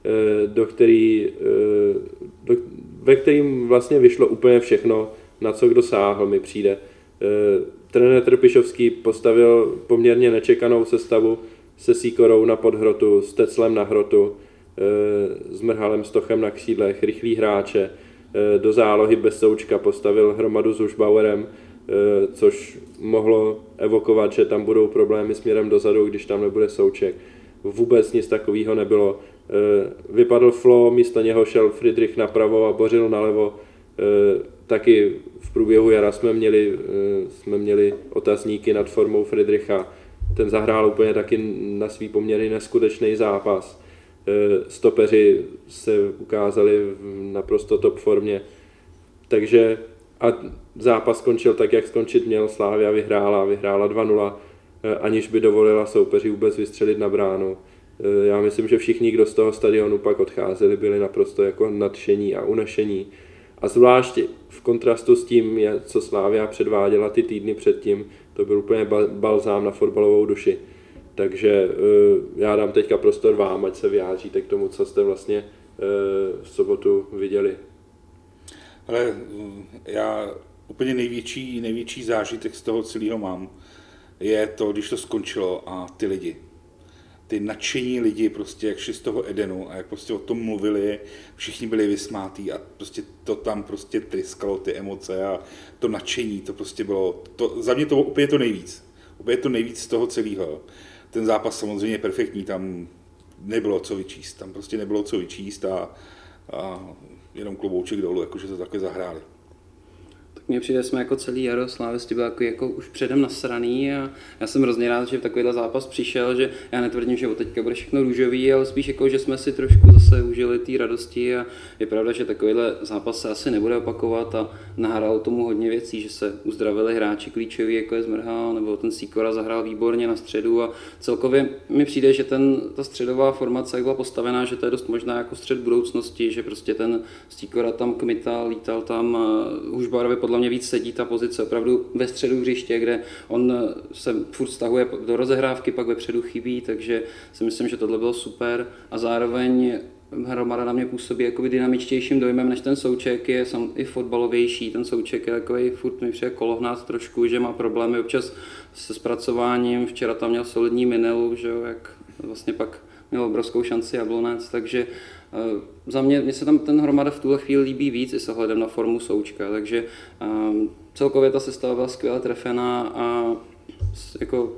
ve kterým vlastně vyšlo úplně všechno, na co kdo sáhl, mi přijde. Trenér Trpišovský postavil poměrně nečekanou sestavu se Sýkorou na podhrotu, s Teclem na hrotu, s Mrhalem Stochem na křídlech, rychlý hráče. Do zálohy bez Součka postavil hromadu s Užbauerem, což mohlo evokovat, že tam budou problémy směrem dozadu, když tam nebude Souček. Vůbec nic takového nebylo. Vypadl Flo, místo něho šel Friedrich napravo a Bořil nalevo. Taky v průběhu jara jsme měli otazníky nad formou Friedricha. Ten zahrál úplně taky na svý poměry neskutečný zápas. Stopeři se ukázali v naprosto top formě. Takže a zápas skončil tak, jak skončit měl. Slavia vyhrála 2-0, aniž by dovolila soupeři vůbec vystřelit na bránu. Já myslím, že všichni, kdo z toho stadionu pak odcházeli, byli naprosto jako nadšení a unešení. A zvlášť v kontrastu s tím, co Slavia předváděla ty týdny předtím, to byl úplně balzám na fotbalovou duši. Takže já dám teďka prostor vám, ať se vyjádříte k tomu, co jste vlastně v sobotu viděli. Ale já úplně největší zážitek z toho celého mám, je to, když to skončilo a ty lidi. Ty nadšení lidi, prostě jak šli z toho Edenu a jak prostě o tom mluvili, všichni byli vysmátí a prostě to tam prostě tryskalo, ty emoce a to nadšení, to prostě bylo, za mě to bylo úplně to nejvíc. Úplně to nejvíc z toho celého. Ten zápas samozřejmě je perfektní, tam nebylo co vyčíst, a jenom klobouček dolů, jakože to takhle zahráli. Mně přijde, jsme jako celý jaro slávisti byl jako už předem nasraný a já jsem hrozně rád, že v takovýhle zápas přišel, že já netvrdím, že od teďka bude všechno růžový, ale spíš jako, že jsme si trošku zase užili té radosti a je pravda, že takovýhle zápas se asi nebude opakovat a nahrál tomu hodně věcí, že se uzdravili hráči klíčoví, jako je Zmrhal, nebo ten Sýkora zahrál výborně na středu a celkově mi přijde, že ta středová formace, jak byla postavená, že to je dost možná jako střed budoucnosti, že prostě ten Sýkora tam kmital, lítal tam, Hušbauerovi podle mě víc sedí ta pozice opravdu ve středu hřiště, kde on se furt stahuje do rozehrávky, pak vepředu chybí, takže si myslím, že tohle bylo super a zároveň Hromada na mě působí jakoby dynamičtějším dojmem než ten Souček, je i fotbalovější, ten Souček je takový furt mi přijde kolovnát trošku, že má problémy občas se zpracováním, včera tam měl solidní minelu, že jo, jak vlastně pak měl obrovskou šanci Jablonec, takže za mě se tam ten Hromada v tuhle chvíli líbí víc i s ohledem na formu Součka, takže celkově ta sestava byla skvěle trefená a jako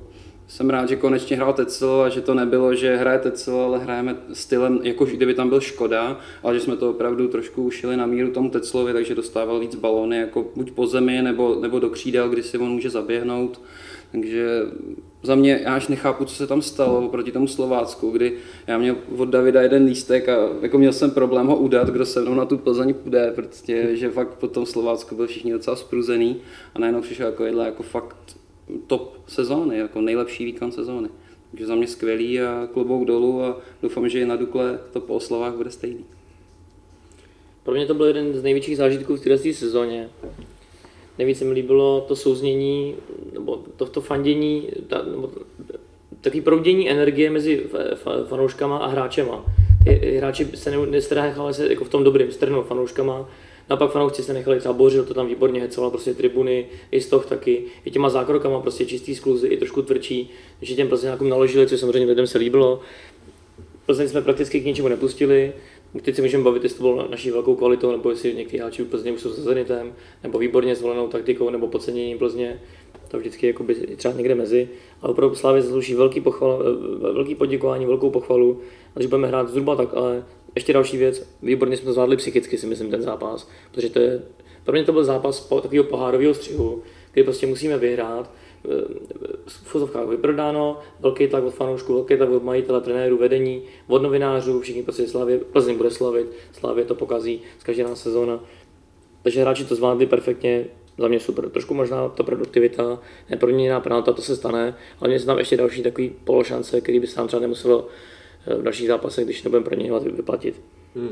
jsem rád, že konečně hrál Tecel a že to nebylo, že hraje Tecel, ale hrajeme stylem, jako kdyby tam byl Škoda, ale že jsme to opravdu trošku ušili na míru tomu Teclovi, takže dostával víc balóny, jako buď po zemi, nebo do křídel, kdy si on může zaběhnout. Takže za mě, já až nechápu, co se tam stalo proti tomu Slovácku, kdy já měl od Davida jeden lístek a jako měl jsem problém ho udat, kdo se mnou na tu Plzeň půjde, protože že fakt po tom Slovácku byl všichni docela spruzený a najednou přišel jako fakt top sezóny, jako nejlepší výkon sezóny. Takže za mě skvělý a klobouk dolů a doufám, že i na Dukle to po oslavách bude stejný. Pro mě to byl jeden z největších zážitků v této sezóně. Nejvíc se mi líbilo to souznění, nebo to fandění, takový proudění energie mezi fanouškama a hráčema. Ty hráči se nechali se jako v tom dobrým strnou fanouškama, naopak fanoušci se nechali třeba Bořil, to tam výborně hecoval, prostě tribuny, i Stoch taky, i těma zákrokama, prostě čistý skluzy, i trošku tvrdší, že těm prostě nějakým naložili, což samozřejmě lidem se líbilo. Plzeň jsme prakticky k ničemu nepustili. Teď se můžeme bavit, jestli to bylo naší velkou kvalitou, nebo jestli někteří hráči v Plzně už jsou se Zenitem, nebo výborně zvolenou taktikou, nebo podceněním Plzně. To vždycky jakoby třeba někde mezi. Ale opravdu Slávě zaslouží velký poděkování, velkou pochvalu. A když budeme hrát zhruba tak, ale ještě další věc, výborně jsme to zvládli psychicky, si myslím, ten zápas. Protože pro mě to byl zápas takového pohárového střihu, kdy prostě musíme vyhrát. V fuzovkách vyprodáno, velký tlak od fanoušků, velký tlak od majitele, trenérů, vedení, od novinářů, všichni prostě Plzeň bude slavit, Slávě to pokazí z každé sezóna. Takže hráči to zvládli perfektně, za mě super. Trošku možná ta produktivita, neproměněná penalta, to se stane, ale mě se tam ještě další takový pološance, který by se tam třeba nemuselo v dalších zápasech, když nebudeme proměňovat, vyplatit.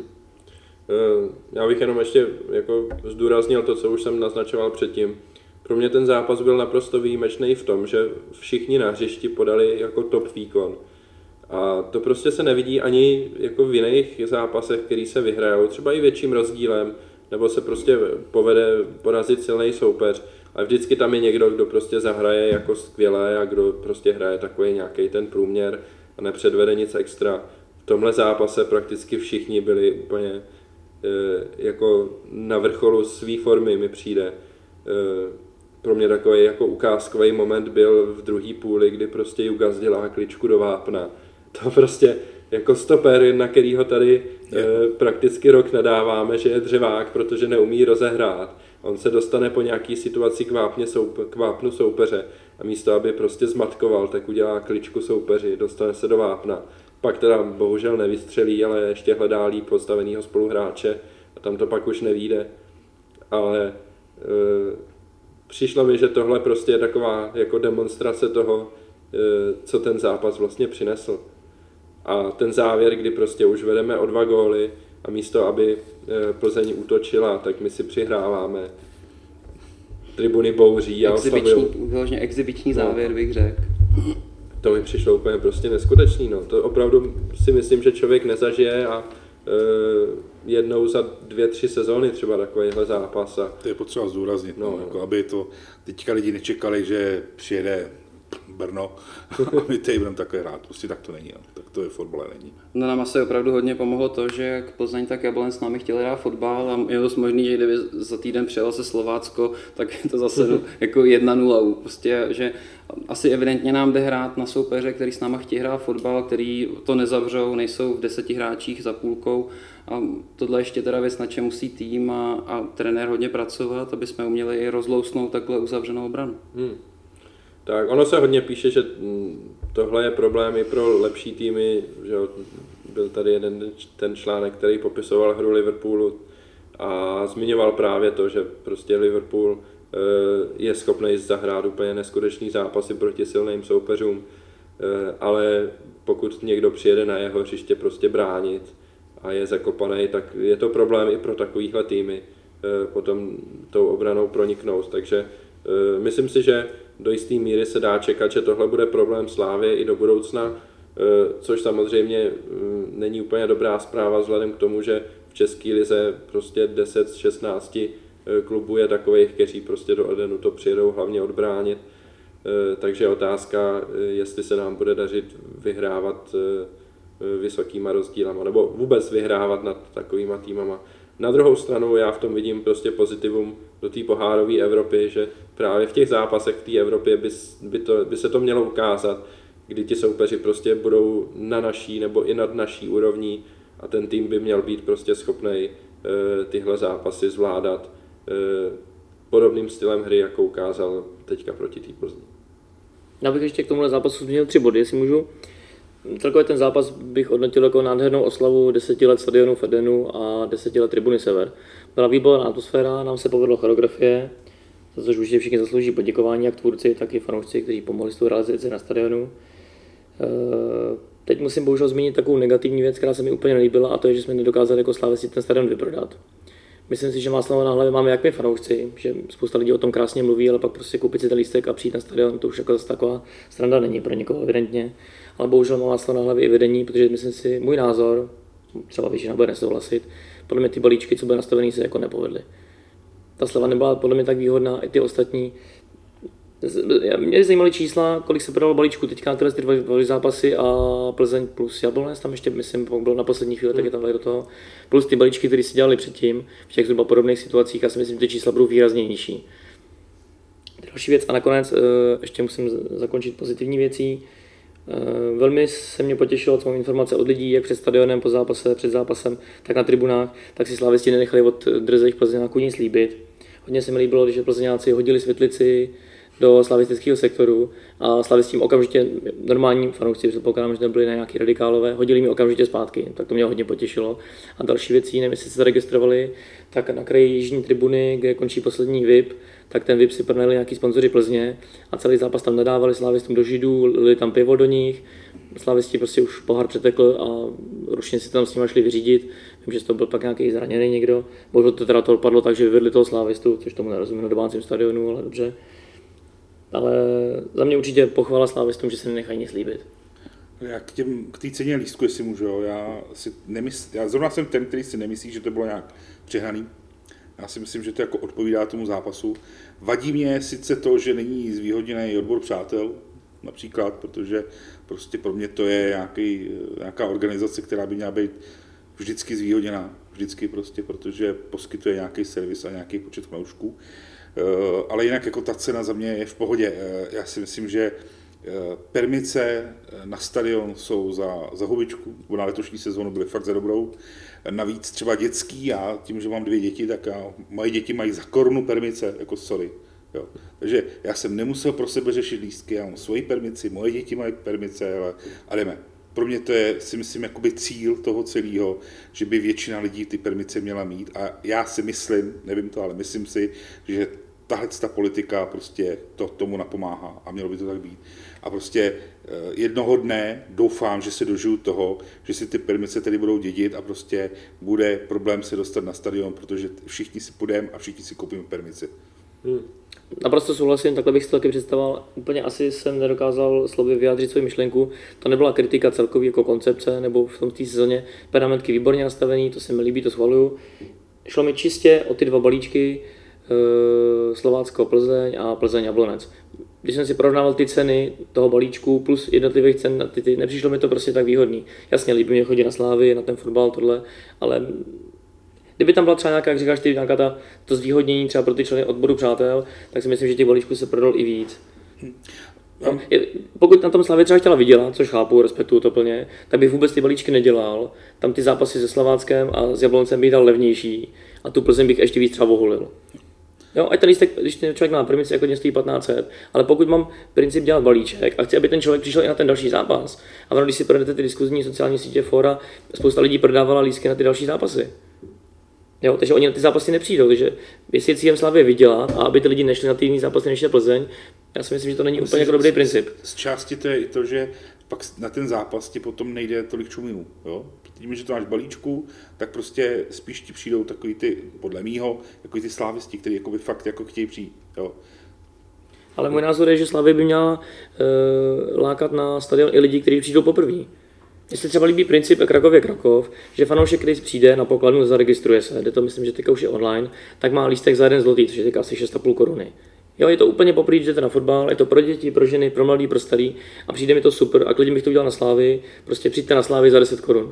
Já bych jenom ještě jako zdůraznil to, co už jsem naznačoval předtím. Pro mě ten zápas byl naprosto výjimečný v tom, že všichni na hřišti podali jako top výkon. A to prostě se nevidí ani jako v jiných zápasech, který se vyhrajou, třeba i větším rozdílem, nebo se prostě povede porazit silný soupeř. A vždycky tam je někdo, kdo prostě zahraje jako skvěle a kdo prostě hraje takový nějaký ten průměr a nepředvede nic extra. V tomhle zápase prakticky všichni byli úplně jako na vrcholu své formy, mi přijde. Pro mě takový jako ukázkový moment byl v druhé půli, kdy prostě Jugas dělá kličku do vápna. To prostě jako stoper, na kterýho tady prakticky rok nadáváme, že je dřevák, protože neumí rozehrát. On se dostane po nějaký situaci k vápnu soupeře a místo, aby prostě zmatkoval, tak udělá kličku soupeři, dostane se do vápna. Pak teda bohužel nevystřelí, ale ještě hledá líp postavenýho spoluhráče a tam to pak už nevyjde. Ale přišlo mi, že tohle prostě je taková jako demonstrace toho, co ten zápas vlastně přinesl. A ten závěr, kdy prostě už vedeme o 2 góly a místo, aby Plzeň útočila, tak my si přihráváme. Tribuny bouří a oslavují. Vyloženě exibiční závěr, bych řekl. To mi přišlo úplně prostě neskutečný. No. To opravdu si myslím, že člověk nezažije a jednou za 2-3 sezóny třeba takovýhle zápas. A to je potřeba zdůraznit, no. Jako aby to teďka lidi nečekali, že přijede Brno a my tady budeme takhle hrát. Prostě tak to není, tak to je fotbale není. No nám asi opravdu hodně pomohlo to, že jak Plzeň, tak Jablonec s námi chtěli hrát fotbal a je dost možný, že kdyby za týden přijelo se Slovácko, tak je to zase jako 1-0. Prostě, že asi evidentně nám jde hrát na soupeře, který s náma chtějí hrát fotbal, který to nezavřou, nejsou v 10 hráčích za půlkou. A tohle ještě teda věc, na čem musí tým a trenér hodně pracovat, aby jsme uměli i rozlousnout takhle uzavřenou obranu. Tak ono se hodně píše, že tohle je problém i pro lepší týmy, že byl tady jeden ten článek, který popisoval hru Liverpoolu a zmiňoval právě to, že prostě Liverpool je schopný zahrát úplně neskutečný zápasy proti silným soupeřům, ale pokud někdo přijede na jeho hřiště prostě bránit a je zakopaný, tak je to problém i pro takovýhle týmy potom tou obranou proniknout, takže myslím si, že do jisté míry se dá čekat, že tohle bude problém Slávy i do budoucna, což samozřejmě není úplně dobrá zpráva vzhledem k tomu, že v české lize prostě 10 z 16 klubů je takových, kteří prostě do Edenu to přijedou hlavně odbránit. Takže je otázka, jestli se nám bude dařit vyhrávat vysokýma rozdílama, nebo vůbec vyhrávat nad takovýma týmama. Na druhou stranu já v tom vidím prostě pozitivum do té pohárové Evropy, že právě v těch zápasech v té Evropě by se to mělo ukázat, kdy ti soupeři prostě budou na naší nebo i nad naší úrovní a ten tým by měl být prostě schopný tyhle zápasy zvládat podobným stylem hry, jako ukázal teďka proti té Plzni. Já bych ještě k tomuhle zápasu zmínil 3 body, jestli můžu. Celkově ten zápas bych hodnotil jako nádhernou oslavu 10 let stadionu v Edenu a 10 let tribuny Sever. Byla výborná atmosféra, nám se povedlo choreografie, za což určitě všichni zaslouží poděkování, jak tvůrci, tak i fanoušci, kteří pomohli s tou realizací na stadionu. Teď musím bohužel zmínit takovou negativní věc, která se mi úplně nelíbila, a to je, že jsme nedokázali jako Slávisti ten stadion vyprodat. Myslím si, že máslo na hlavě máme jak my fanoušci, že spousta lidí o tom krásně mluví, ale pak prostě koupit si ten lístek a přijít na stadion, to už jako zase taková sranda není pro někoho evidentně. Ale bohužel má máslo na hlavě i vedení, protože myslím si, můj názor, třeba většina bude nesouhlasit, podle mě ty balíčky, co byly nastavený, se jako nepovedly. Ta sleva nebyla podle mě tak výhodná, i ty ostatní. Mě zajímaly čísla, kolik se prodalo balíčku teďka na ty 2 zápasy a Plzeň plus Jablonec, tam ještě myslím, byl na poslední chvíli, tak je tam do toho. Plus ty balíčky, které si dělali předtím, v těch zhruba podobných situacích, já si myslím, že ty čísla budou výrazně nižší. Další věc a nakonec ještě musím zakončit pozitivní věcí. Velmi se mě potěšilo, co mám informace od lidí, jak před stadionem, po zápase, před zápasem, tak na tribunách, tak si slávisti nenechali od drzejch Plzeňáků nic líbit. Hodně se mi líbilo, když Plzeňáci hodili světlici do slavistického sektoru a slavisti tím okamžitě, normální fanoušci, předpokládám, že nebyli na nějaký radikálové, hodili mi okamžitě zpátky, tak to mě hodně potěšilo. A další věcí, nevím, jestli se zaregistrovali, tak na kraji jižní tribuny, kde končí poslední VIP, tak ten VIP si pronajali nějaký sponzoři Plzně a celý zápas tam nadávali slávistům do židů, lili tam pivo do nich, slavisti prostě už pohár přetekl a ručně si tam s nimi šli vyřídit. Vím, že to byl pak nějaký zraněný někdo, bohužel to teda to dopadlo tak, že vyvedli toho slávistu, což tomu nerozumím na domácím stadionu, ale dobře. Ale za mě určitě pochvala slávistům, že se nenechají nic líbit. Já k té ceně lístku, jestli můžu, jo, já zrovna jsem ten, který si nemyslí, že to bylo nějak přehnaný. Já si myslím, že to jako odpovídá tomu zápasu. Vadí mě sice to, že není zvýhodněný odbor přátel, například, protože prostě pro mě to je nějaká organizace, která by měla být vždycky zvýhodněná. Vždycky prostě, protože poskytuje nějaký servis a nějaký počet fanoušků. Ale jinak jako ta cena za mě je v pohodě. Já si myslím, že permice na stadion jsou za hubičku, na letošní sezónu byly fakt za dobrou. Navíc třeba dětský, já tím, že mám 2 děti, tak moje děti mají za korunu permice, jako sorry. Jo. Takže já jsem nemusel pro sebe řešit lístky, já mám svoji permici, moje děti mají permice, a jdeme. Pro mě to je, si myslím, jakoby cíl toho celého, že by většina lidí ty permice měla mít a já si myslím, nevím to, ale myslím si, že tahle politika prostě tomu napomáhá a mělo by to tak být. A prostě jednoho dne doufám, že se dožiju toho, že si ty permice tedy budou dědit a prostě bude problém se dostat na stadion, protože všichni si půjdeme a všichni si koupíme permici. Naprosto souhlasím, takhle bych si to taky představoval. Úplně asi jsem nedokázal slovy vyjádřit svou myšlenku. To nebyla kritika celkový jako koncepce, nebo v té sezóně pergamentky výborně nastavený, to se mi líbí, to schvaluju. Šlo mi čistě o ty 2 balíčky, Slovácko Plzeň a Plzeň Jablonec. Když jsem si porovnával ty ceny toho balíčku plus jednotlivých cen, nepřišlo mi to prostě tak výhodný. Jasně, líbí mě chodit na Slávy, na ten fotbal, tohle, ale kdyby tam byla třeba nějaká, jak říkáš ty, nějaká to zvýhodnění třeba pro ty členy odboru přátel, tak si myslím, že těch balíčků se prodal i víc. No, pokud na tom Slavě třeba chtěla vydělat, což chápu, respektuju to plně, tak bych vůbec ty balíčky nedělal. Tam ty zápasy se Slováckem a s Jabloncem bych dal levnější a tu Plzeň bych ještě víc třeba oholil. Jo, ať ten lístek, když ten člověk má permici, jako stojí 1500, ale pokud mám princip dělat balíček a chci, aby ten člověk přišel i na ten další zápas, a když si projdete ty diskuzní sociální sítě, fóra, spousta lidí prodávala lístky na ty další zápasy. Jo, takže oni na ty zápasy nepřijdou, takže jestli je cílem Slavie vydělat a aby ty lidi nešli na ty jiný zápasy, než na Plzeň, já si myslím, že to není úplně jako dobrý princip. Z části to je i to, že pak na ten zápas ti potom nejde tolik čumínů. Jo? Tím, že to máš balíčku, tak prostě spíš ti přijdou takový ty, podle mýho, jako ty slávisti, kteří jakoby fakt jako chtějí přijít. Jo? Ale můj názor je, že Slavie by měla lákat na stadion i lidi, kteří přijdou poprvé. Jestli třeba líbí princip Krakově-Krakov, že fanoušek, který přijde na pokladnu, zaregistruje se, kde to myslím, že teďka už je online, tak má lístek za 1 zlotý, což je teďka asi 6,5 koruny. Jo, je to úplně poprvé, že jdete na fotbal, je to pro děti, pro ženy, pro mladý, pro starý a přijde mi to super a klidně bych to udělal na Slávii, prostě přijďte na Slávii za 10 korun.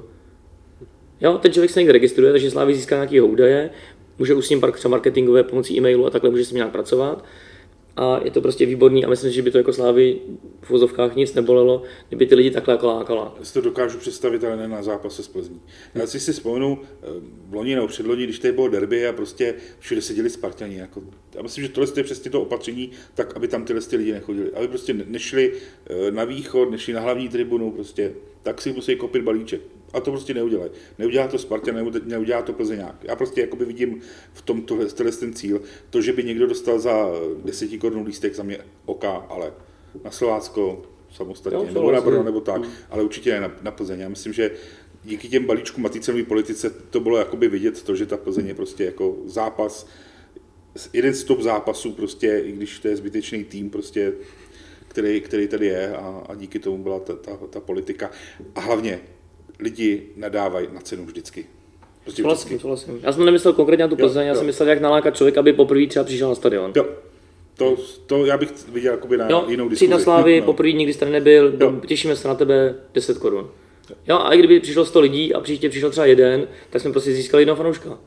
Jo, ten člověk se někde registruje, takže Slávii získá nějakého údaje, může už s ním třeba marketingové pomocí e-mailu a takhle může s ním nějak pracovat. a je to prostě výborný a myslím, že by to jako Slávy v vozovkách nic nebolelo, kdyby ty lidi takhle jako lákala. Já si to dokážu představit, ale ne na zápase s Plzní. Já si vzpomenu v loni nebo předloni, když tady bylo derby a prostě všude seděli Spartani. Jako, já myslím, že tohle je přesně to opatření, tak aby tam tyhle lidi nechodili. Aby prostě nešli na východ, nešli na hlavní tribunu, prostě, tak si musí kopit balíček. A to prostě neudělají. Neudělá to Spartan, neudělá to Plzeňák. Já prostě jakoby vidím v tom ten cíl. To, že by někdo dostal za 10 korun lístek, za mě OK, ale na Slovácko samostatně, nebo na Brno, nebo tak, ale určitě ne na Plzeň. Já myslím, že díky těm balíčkům a té cenové politice to bylo jakoby vidět to, že ta Plzeň je prostě jako zápas, jeden z top zápasů prostě, i když to je zbytečný tým prostě, který tady je a díky tomu byla ta politika. A hlavně lidi nadávají na cenu vždycky. Prostě Souhlasím. Já jsem nemyslel konkrétně na tu Plzeň, já jsem myslel, jak nalákat člověka, aby poprvé třeba přišel na stadion. Jo. To já bych viděl jakoby na jinou diskuzi. Přijď na Slávy, poprvé nikdy jste nebyl, těšíme se na tebe, 10 korun. Jo, a i kdyby přišlo 100 lidí a příště přišel třeba jeden, tak jsme prostě získali jednoho fanouška.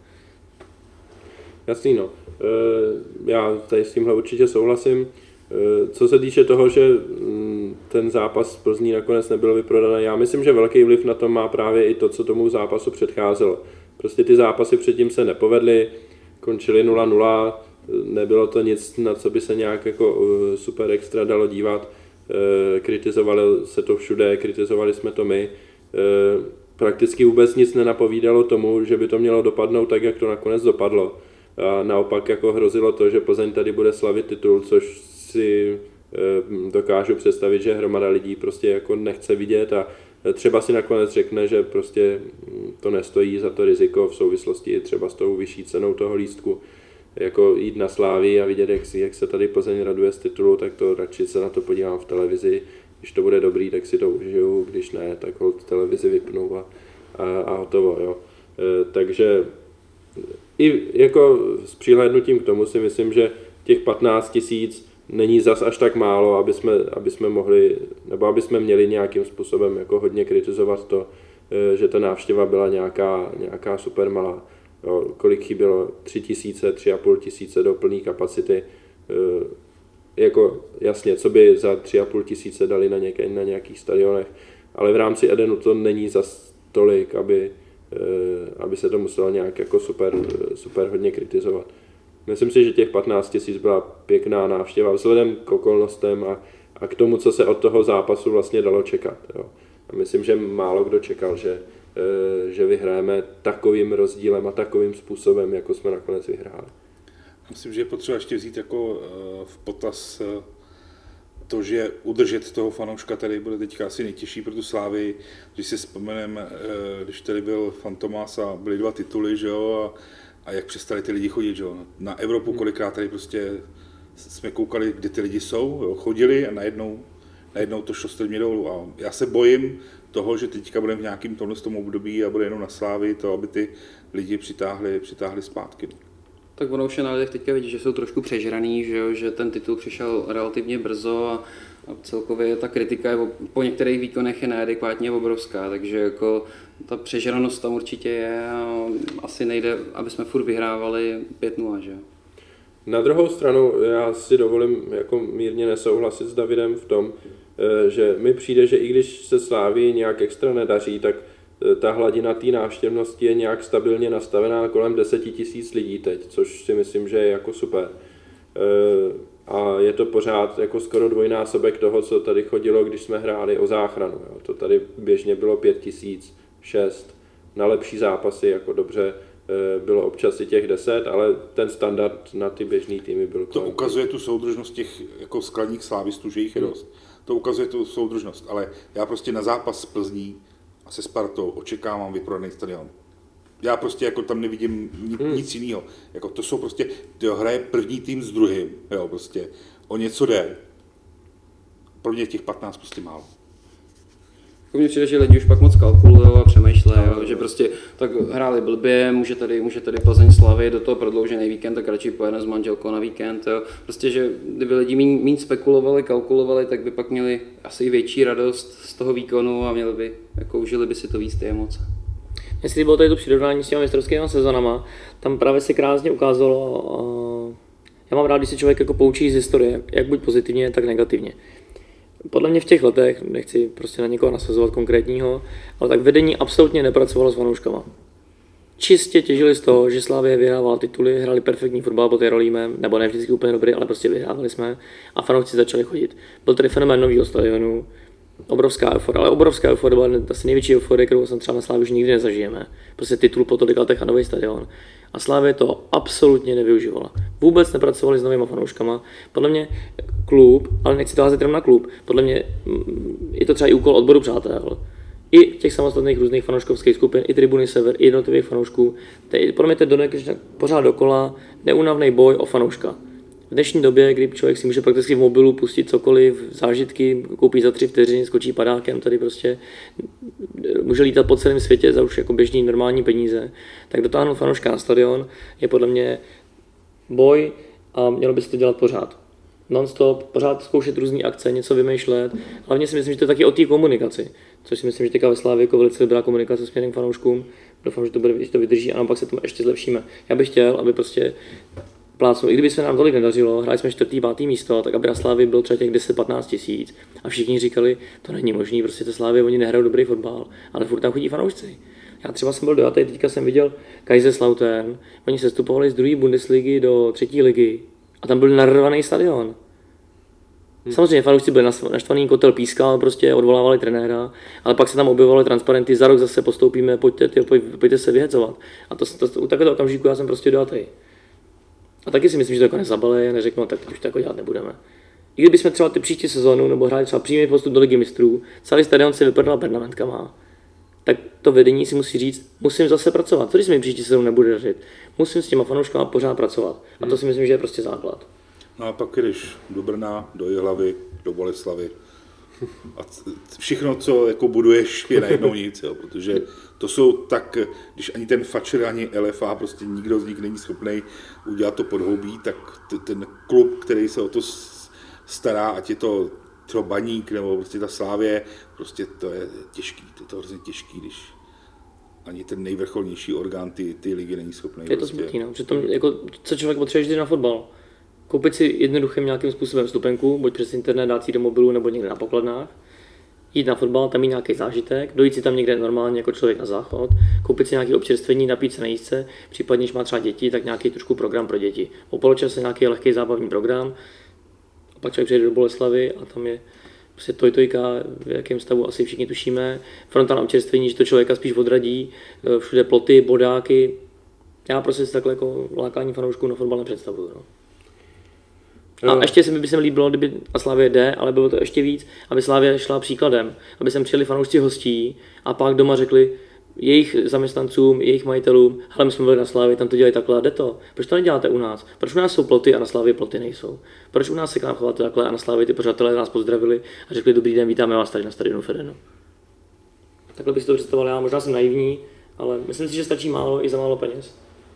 Jasný, no. Já tady s tímhle určitě souhlasím. Co se týče toho, že ten zápas z Plzní nakonec nebyl vyprodaný, já myslím, že velký vliv na to má právě i to, co tomu zápasu předcházelo. Prostě ty zápasy předtím se nepovedly, končily 0-0, nebylo to nic, na co by se nějak jako super extra dalo dívat. Kritizovali se to všude, kritizovali jsme to my. Prakticky vůbec nic nenapovídalo tomu, že by to mělo dopadnout tak, jak to nakonec dopadlo. A naopak jako hrozilo to, že Plzeň tady bude slavit titul, což si dokážu představit, že hromada lidí prostě jako nechce vidět a třeba si nakonec řekne, že prostě to nestojí za to riziko v souvislosti třeba s tou vyšší cenou toho lístku. Jako jít na Slávii a vidět, jak se tady Plzeň raduje z titulu, tak to radši se na to podívám v televizi. Když to bude dobrý, tak si to užiju, když ne, tak holt televizi vypnu a hotovo. Jo. Takže i jako s přihlédnutím k tomu si myslím, že těch 15 000 není zas až tak málo, aby jsme mohli, nebo aby jsme měli nějakým způsobem jako hodně kritizovat to, že ta návštěva byla nějaká super malá. Jo, kolik chybělo? 3 000, 3 500 do plné kapacity. Jako jasně, co by za 3 500 dali na nějakých stadionech, ale v rámci Edenu to není zas tolik, aby se to muselo nějak jako super hodně kritizovat. Myslím si, že těch 15 000 byla pěkná návštěva vzhledem k okolnostem a k tomu, co se od toho zápasu vlastně dalo čekat. Jo. A myslím, že málo kdo čekal, že vyhrajeme takovým rozdílem a takovým způsobem, jako jsme nakonec vyhráli. Myslím, že je potřeba ještě vzít jako v potaz to, že udržet toho fanouška tady bude teďka asi nejtěžší pro tu Slávy. Když si vzpomeneme, když tady byl Fantomas a byly 2 tituly, že jo, a jak přestali ty lidi chodit, že jo. Na Evropu kolikrát tady prostě jsme koukali, kde ty lidi jsou, jo, chodili a najednou to šlo strmě dolů. A já se bojím toho, že teďka budeme v nějakým tomhle období a bude jenom na Slávy to, aby ty lidi přitáhli zpátky. Tak ono už je na lidech teďka vidí, že jsou trošku přežraný, že ten titul přišel relativně brzo a celkově ta kritika po některých výkonech je neadekvátně obrovská, takže jako ta přežranost tam určitě je a asi nejde, aby jsme furt vyhrávali 5-0, že? Na druhou stranu já si dovolím jako mírně nesouhlasit s Davidem v tom, že mi přijde, že i když se Slávii nějak extra nedaří, tak ta hladina té návštěvnosti je nějak stabilně nastavená kolem 10 000 lidí teď, což si myslím, že je jako super. A je to pořád jako skoro dvojnásobek toho, co tady chodilo, když jsme hráli o záchranu. Jo. To tady běžně bylo 5 000, 6 na lepší zápasy, jako dobře, bylo občas i těch 10, ale ten standard na ty běžný týmy byl kolem. To ukazuje tu soudržnost těch jako skladních slávistů, že jich je dost. To ukazuje tu soudržnost, ale já prostě na zápas s Plzní a se Spartou očekávám vyprodaný stadion. Já prostě jako tam nevidím nic jiného. Jako to jsou prostě, hraje první tým s druhým, jo, prostě o něco jde. Pro mě těch 15 prostě málo. Mně přijde, že lidi už pak moc kalkulují a přemýšlejí, že prostě tak hráli blbě, může tady Plzeň slavit do toho prodloužený víkend, tak radši pojede s manželkou na víkend. Jo. Prostě, že kdyby lidi méně spekulovali, kalkulovali, tak by pak měli asi větší radost z toho výkonu a měli by, jako užili by si to víc ty emoce. Mně se líbilo tady to přirovnání s těmi mistrovskými sezonama, tam právě se krásně ukázalo, Já mám rád, když se člověk jako poučí z historie, jak buď pozitivně, tak negativně. Podle mě v těch letech, nechci prostě na někoho nasazovat konkrétního, ale tak vedení absolutně nepracovalo s fanouškama. Čistě těžili z toho, že Slavie vyhrávala tituly, hráli perfektní fotbal pod Jarolímem, nebo ne vždycky úplně dobrý, ale prostě vyhrávali jsme a fanoušci začali chodit. Byl tady fenomén nového stadionu, obrovská euforie, ale obrovská euforie byla asi největší euforie, kterou jsem třeba na Slavii už nikdy nezažijeme. Prostě titul po tolik letech a nový stadion. A Slavie to absolutně nevyužívala. Vůbec nepracovali s novými fanouškama. Podle mě klub, ale nechci to házet jenom na klub, podle mě je to třeba i úkol odboru přátel. I těch samostatných různých fanouškovských skupin, i tribuny Sever, i jednotlivých fanoušků. Podle mě to je pořád dokola neúnavný boj o fanouška. V dnešní době, kdy člověk si může prakticky v mobilu pustit cokoliv, zážitky, koupí za 3 vteřiny, skočí padákem, tady prostě může lítat po celém světě za už jako běžný normální peníze, tak dotáhnout fanouška na stadion je podle mě boj a mělo by se to dělat pořád. Non-stop, pořád zkoušet různé akce, něco vymýšlet. Hlavně si myslím, že to je taky o té komunikaci, což si myslím, že teďka ve Slavii jako velice dobrá komunikace směrem k fanouškům. Doufám, že to vydrží a naopak se tomu ještě zlepšíme. Já bych chtěl, aby prostě plácnu, i kdyby se nám tolik nedařilo, hráli jsme 4., 5. místo, tak aby na Slavii byl třeba těch 10-15 tisíc a všichni říkali, to není možný, prostě to Slavie, oni nehrajou dobrý fotbal, ale furt tam chodí fanoušci. Já třeba jsem byl dojatý, teďka jsem viděl Kaiserslautern, oni sestupovali z 2. Bundesligy do 3. ligy a tam byl narvaný stadion. Samozřejmě fanoušci byli naštvaný, kotel pískal, prostě odvolávali trenéra, ale pak se tam objevovaly transparenty, za rok zase postoupíme, pojďte se vyhecovat. A u takového okamžiku já jsem prostě dojatý. A taky si myslím, že to jako nezabalej a neřeknu, tak teď už to jako dělat nebudeme. I kdybychom třeba ty příští sezónu nebo hráli třeba přímý postup do Ligy mistrů, celý stadion se vyprdal permanentkama, tak to vedení si musí říct, musím zase pracovat. Co když se mi příští sezónu nebude dařit? Musím s těma fanouškama pořád pracovat. A to si myslím, že je prostě základ. No a pak jdeš do Brna, do Jihlavy, do Boleslavy. A všechno, co jako buduješ, je najednou nic, jo, protože to jsou tak, když ani ten Fatcher, ani LFA, prostě nikdo z nich není schopný udělat to podhoubí, tak ten klub, který se o to stará, ať je to třeba Baník nebo prostě ta Slavie, prostě to je těžký, to je to hrozně těžký, když ani ten nejvrcholnější orgán ty ligy není schopný. Je to prostě. smutný, no. Přitom jako, co člověk potřebuje vždy na fotbal? Koupit si jednoduchým nějakým způsobem vstupenku, buď přes internet, dát si do mobilu nebo někde na pokladnách, jít na fotbal, tam mít nějaký zážitek, dojít si tam někde normálně jako člověk na záchod, koupit si nějaké občerstvení, napít se na jízdce, případně, když má třeba děti, tak nějaký trošku program pro děti. O poločase nějaký lehký zábavní program, a pak člověk přijde do Boleslavy a tam je prostě tojtojka, v jakém stavu asi všichni tušíme, fronta na občerstvení, že to člověka spíš odradí, všude ploty, bodáky. Já prostě si takhle jako lákání fanoušků na fotbal nepředstavuju. No. A ještě se mi by se líbilo, kdyby a Slavie jde, ale bylo to ještě víc, aby Slavie šla příkladem, aby sem přijeli fanoušci hostí a pak doma řekli jejich zaměstnancům, jejich majitelům, hele, my jsme byli na Slavii, tam to dělají takhle a jde to. Proč to neděláte u nás? Proč u nás jsou ploty a na Slavii ploty nejsou? Proč u nás se k nám chováte takhle a na Slavii ty pořadatelé nás pozdravili a řekli dobrý den, vítáme vás tady na stadionu Fedenu. Takhle bych si to představoval já, možná jsem naivní, ale myslím si, že stačí málo i za málo peněz.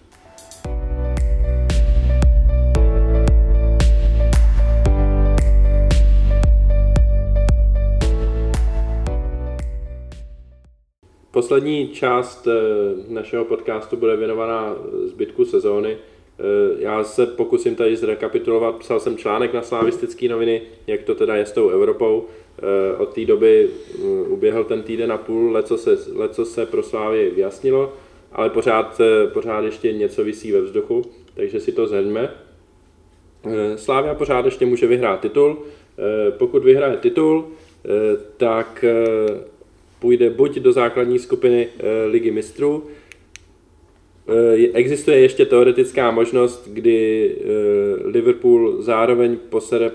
Poslední část našeho podcastu bude věnovaná zbytku sezóny. Já se pokusím tady zrekapitulovat, psal jsem článek na Slavistické noviny, jak to teda je s tou Evropou. Od té doby uběhl ten týden a půl, leco se pro Slávy vyjasnilo, ale pořád ještě něco visí ve vzduchu, takže si to shrňme. Slavia pořád ještě může vyhrát titul. Pokud vyhraje titul, tak půjde buď do základní skupiny Ligy mistrů. Existuje ještě teoretická možnost, kdy Liverpool zároveň posede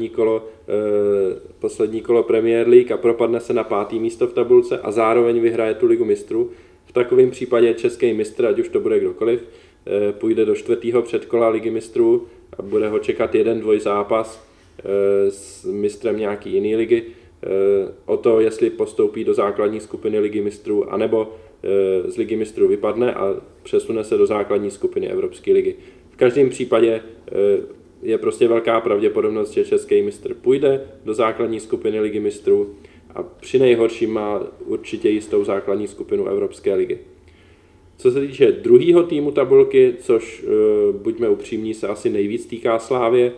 poslední kolo Premier League a propadne se na 5. místo v tabulce a zároveň vyhraje tu Ligu mistrů. V takovém případě český mistr, ať už to bude kdokoliv, půjde do 4. předkola Ligy mistrů a bude ho čekat jeden dvojzápas s mistrem nějaký jiný ligy. O to, jestli postoupí do základní skupiny Ligy mistrů, anebo z Ligy mistrů vypadne a přesune se do základní skupiny Evropské ligy. V každém případě je prostě velká pravděpodobnost, že český mistr půjde do základní skupiny Ligy mistrů a při nejhorším má určitě jistou základní skupinu Evropské ligy. Co se týče druhého týmu tabulky, což buďme upřímní, se asi nejvíc týká Slávie,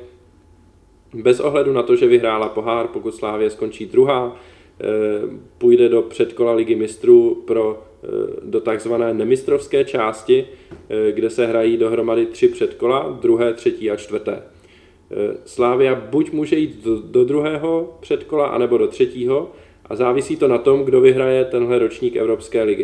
bez ohledu na to, že vyhrála pohár, pokud Slávie skončí druhá, půjde do předkola Ligy mistrů do takzvané nemistrovské části, kde se hrají dohromady 3 předkola, druhé, třetí a čtvrté. Slávia buď může jít do druhého předkola, anebo do třetího a závisí to na tom, kdo vyhraje tenhle ročník Evropské ligy.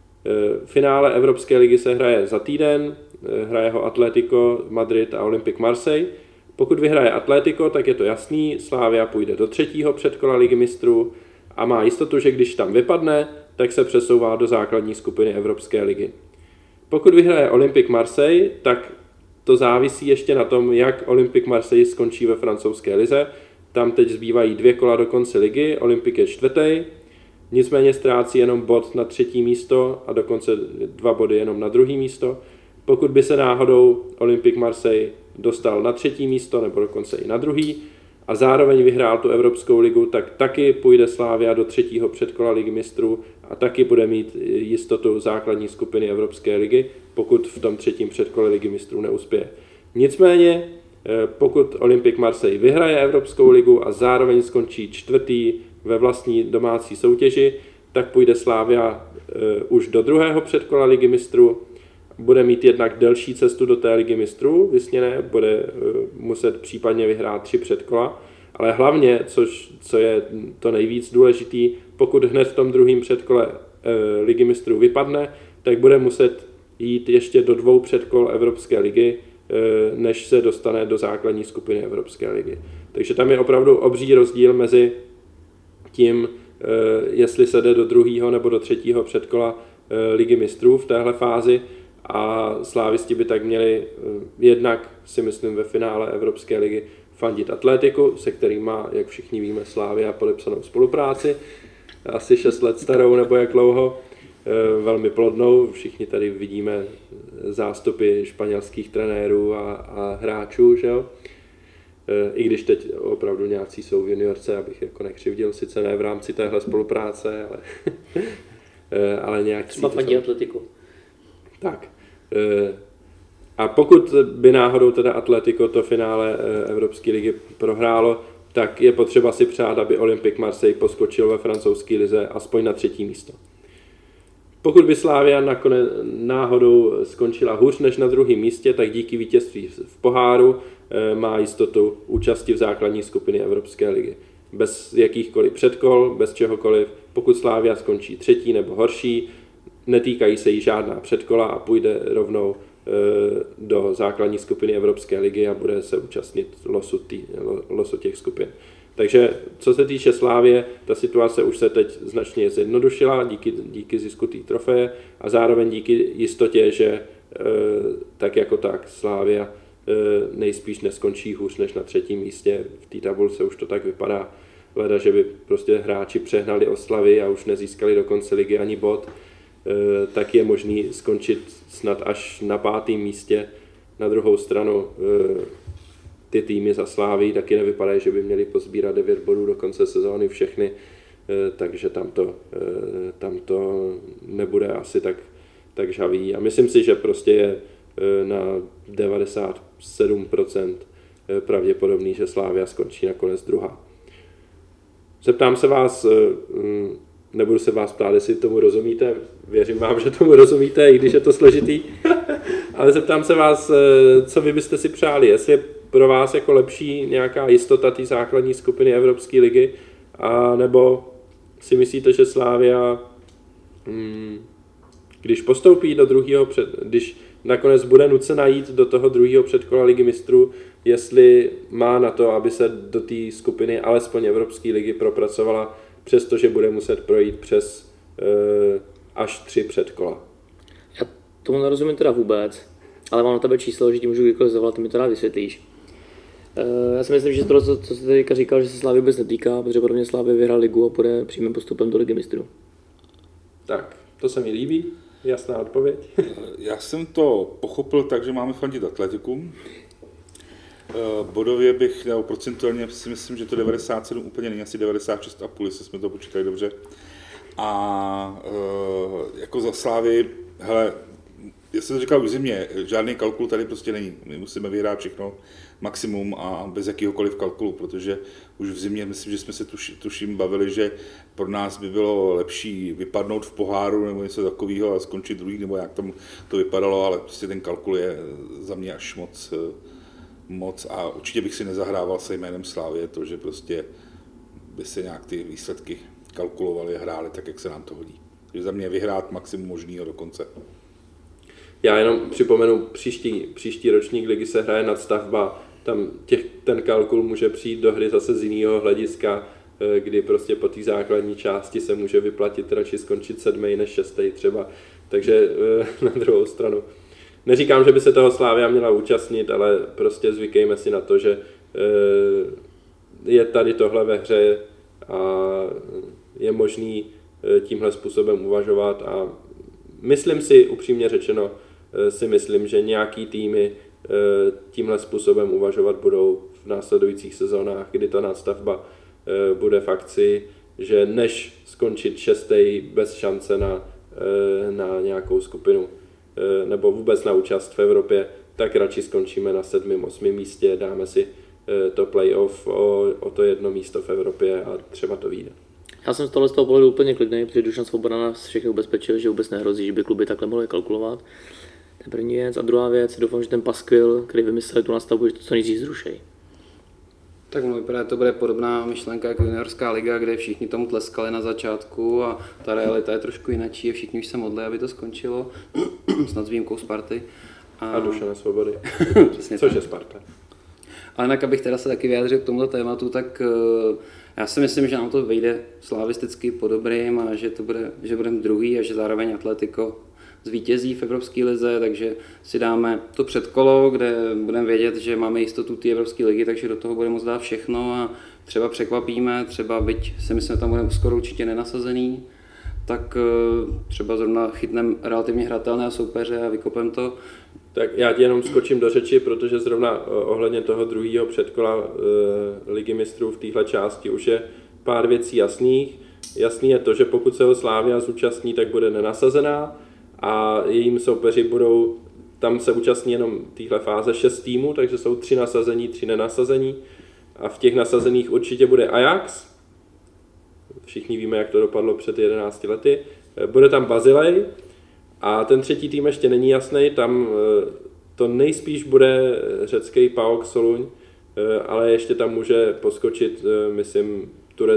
Finále Evropské ligy se hraje za týden, hraje ho Atletico Madrid a Olympique Marseille. Pokud vyhraje Atletico, tak je to jasný, Slavia půjde do třetího předkola Ligy mistrů a má jistotu, že když tam vypadne, tak se přesouvá do základní skupiny Evropské ligy. Pokud vyhraje Olympique Marseille, tak to závisí ještě na tom, jak Olympique Marseille skončí ve francouzské lize. Tam teď zbývají 2 kola do konce ligy, Olympique je 4. Nicméně ztrácí jenom bod na 3. místo a dokonce 2 body jenom na 2. místo. Pokud by se náhodou Olympique Marseille dostal na 3. místo nebo dokonce i na 2. a zároveň vyhrál tu Evropskou ligu, tak taky půjde Slavia do 3. předkola Ligy mistrů a taky bude mít jistotu základní skupiny Evropské ligy, pokud v tom 3. předkole Ligy mistrů neuspěje. Nicméně, pokud Olympique Marseille vyhraje Evropskou ligu a zároveň skončí 4. ve vlastní domácí soutěži, tak půjde Slavia už do 2. předkola Ligy mistrů, bude mít jednak delší cestu do té Ligy mistrů, vysněné, bude muset případně vyhrát 3 předkola, ale hlavně, co je to nejvíc důležitý, pokud hned v tom 2. předkole Ligy mistrů vypadne, tak bude muset jít ještě do 2 předkol Evropské ligy, než se dostane do základní skupiny Evropské ligy. Takže tam je opravdu obří rozdíl mezi tím, jestli se jde do 2. nebo do 3. předkola Ligy mistrů v téhle fázi, a slávisti by tak měli jednak, si myslím, ve finále Evropské ligy fandit Atletiku, se kterým má, jak všichni víme, Slavia podepsanou spolupráci, asi 6 let starou nebo jak dlouho, velmi plodnou. Všichni tady vidíme zástupy španělských trenérů a hráčů, že jo? I když teď opravdu nějací jsou v juniorce, abych jako nekřivdil, sice ne v rámci téhle spolupráce, ale nějaký... Třeba fandí Atletiku. Tak. A pokud by náhodou teda Atletico to finále Evropské ligy prohrálo, tak je potřeba si přát, aby Olympique Marseille poskočil ve francouzské lize aspoň na 3. místo. Pokud by Slavia nakonec náhodou skončila hůř než na 2. místě, tak díky vítězství v poháru má jistotu účasti v základní skupině Evropské ligy. Bez jakýchkoliv předkol, bez čehokoliv, pokud Slavia skončí 3. nebo horší, netýkají se jí žádná předkola a půjde rovnou do základní skupiny Evropské ligy a bude se účastnit losu těch skupin. Takže co se týče Slávie, ta situace už se teď značně zjednodušila díky zisku té trofeje a zároveň díky jistotě, že tak jako tak Slavia nejspíš neskončí hůř než na 3. místě. V té tabulce už to tak vypadá, leda, že by prostě hráči přehnali oslavy a už nezískali do konce ligy ani bod, tak je možný skončit snad až na 5. místě. Na druhou stranu ty týmy za Sláví taky nevypadají, že by měli pozbírat 9 bodů do konce sezóny všechny, takže tam to nebude asi tak žhavý. A myslím si, že prostě je na 97% pravděpodobný, že Slavia skončí nakonec 2. Zeptám se vás, nebudu se vás ptát, jestli tomu rozumíte, věřím vám, že tomu rozumíte, i když je to složitý, ale zeptám se vás, co vy byste si přáli, jestli je pro vás jako lepší nějaká jistota té základní skupiny Evropské ligy, a nebo si myslíte, že Slavia, když postoupí do když nakonec bude nucena jít do toho 2. předkola Ligy mistrů, jestli má na to, aby se do té skupiny alespoň Evropské ligy propracovala, přestože bude muset projít přes až 3 předkola. Já tomu nerozumím teda vůbec, ale mám na tebe číslo, že ti můžu kdykoliv zavolat, ty mi to rád vysvětlíš. Já si myslím, že to, co jsi teďka říkal, že se Slavy vůbec netýká, protože pro mě Slavy vyhrál ligu a půjde přímým postupem do Ligy mistrů. Tak, to se mi líbí, jasná odpověď. Já jsem to pochopil tak, že máme fandit Atletiku. Bodově nebo procentuálně si myslím, že to 97 úplně není, asi 96,5, jestli jsme to počítali dobře. A jako za Slávy, hele, já jsem to říkal už zimě, žádný kalkul tady prostě není. My musíme vyhrát všechno maximum a bez jakýhokoliv kalkulu, protože už v zimě, myslím, že jsme se tuším bavili, že pro nás by bylo lepší vypadnout v poháru nebo něco takového a skončit druhý, nebo jak tam to vypadalo, ale prostě ten kalkul je za mě až moc a určitě bych si nezahrával se jménem Slavie to, že prostě by se nějak ty výsledky kalkulovaly a hrály tak, jak se nám to hodí. Takže za mě vyhrát maximum možného do konce. Já jenom připomenu, příští ročník ligy se hraje nadstavba, tam ten kalkul může přijít do hry zase z jiného hlediska, kdy prostě po té základní části se může vyplatit radši skončit 7. než 6. třeba. Takže na druhou stranu. Neříkám, že by se toho Slavia měla účastnit, ale prostě zvykejme si na to, že je tady tohle ve hře a je možný tímhle způsobem uvažovat a myslím si, upřímně řečeno, že nějaký týmy tímhle způsobem uvažovat budou v následujících sezónách, kdy ta nadstavba bude v akci, že než skončit 6. bez šance na nějakou skupinu nebo vůbec na účast v Evropě, tak radši skončíme na 7. 8. místě, dáme si to playoff o to jedno místo v Evropě a třeba to vyjde. Já jsem z toho pohledu úplně klidný, protože Dušan Svoboda nás všechny ubezpečil, že vůbec nehrozí, že by kluby takhle mohly kalkulovat. To je první věc. A druhá věc, doufám, že ten paskvil, který vymysleli tu nastavbu, že to co nejdřív zrušejí. Tak vypadá, to bude podobná myšlenka jako juniorská liga, kde všichni tomu tleskali na začátku a ta realita je trošku jinačí a všichni už se modlí, aby to skončilo, snad s výjimkou Sparty. A Dušana Svobody, což je Sparta. Ale jinak, abych teda se taky vyjádřil k tomuto tématu, tak já si myslím, že nám to vyjde slavisticky po dobrým a že budeme druhý a že zároveň Atletico zvítězí v Evropské lize, takže si dáme to předkolo, kde budeme vědět, že máme jistotu té Evropské ligy, takže do toho budeme moct dát všechno a třeba překvapíme, třeba byť si myslím, že tam budeme skoro určitě nenasazený, tak třeba zrovna chytneme relativně hratelné soupeře a vykopeme to. Tak já ti jenom skočím do řeči, protože zrovna ohledně toho druhého předkola Ligy mistrů v téhle části už je pár věcí jasných. Jasný je to, že pokud se ho Slavia zúčastní, tak bude nenasazená a jejím soupeři budou, tam se účastní jenom téhle fáze 6 týmů, takže jsou 3 nasazení, 3 nenasazení a v těch nasazených určitě bude Ajax. Všichni víme, jak to dopadlo před 11 lety. Bude tam Bazilej a ten třetí tým ještě není jasný, tam to nejspíš bude řecký PAOK Soluň, ale ještě tam může poskočit, myslím,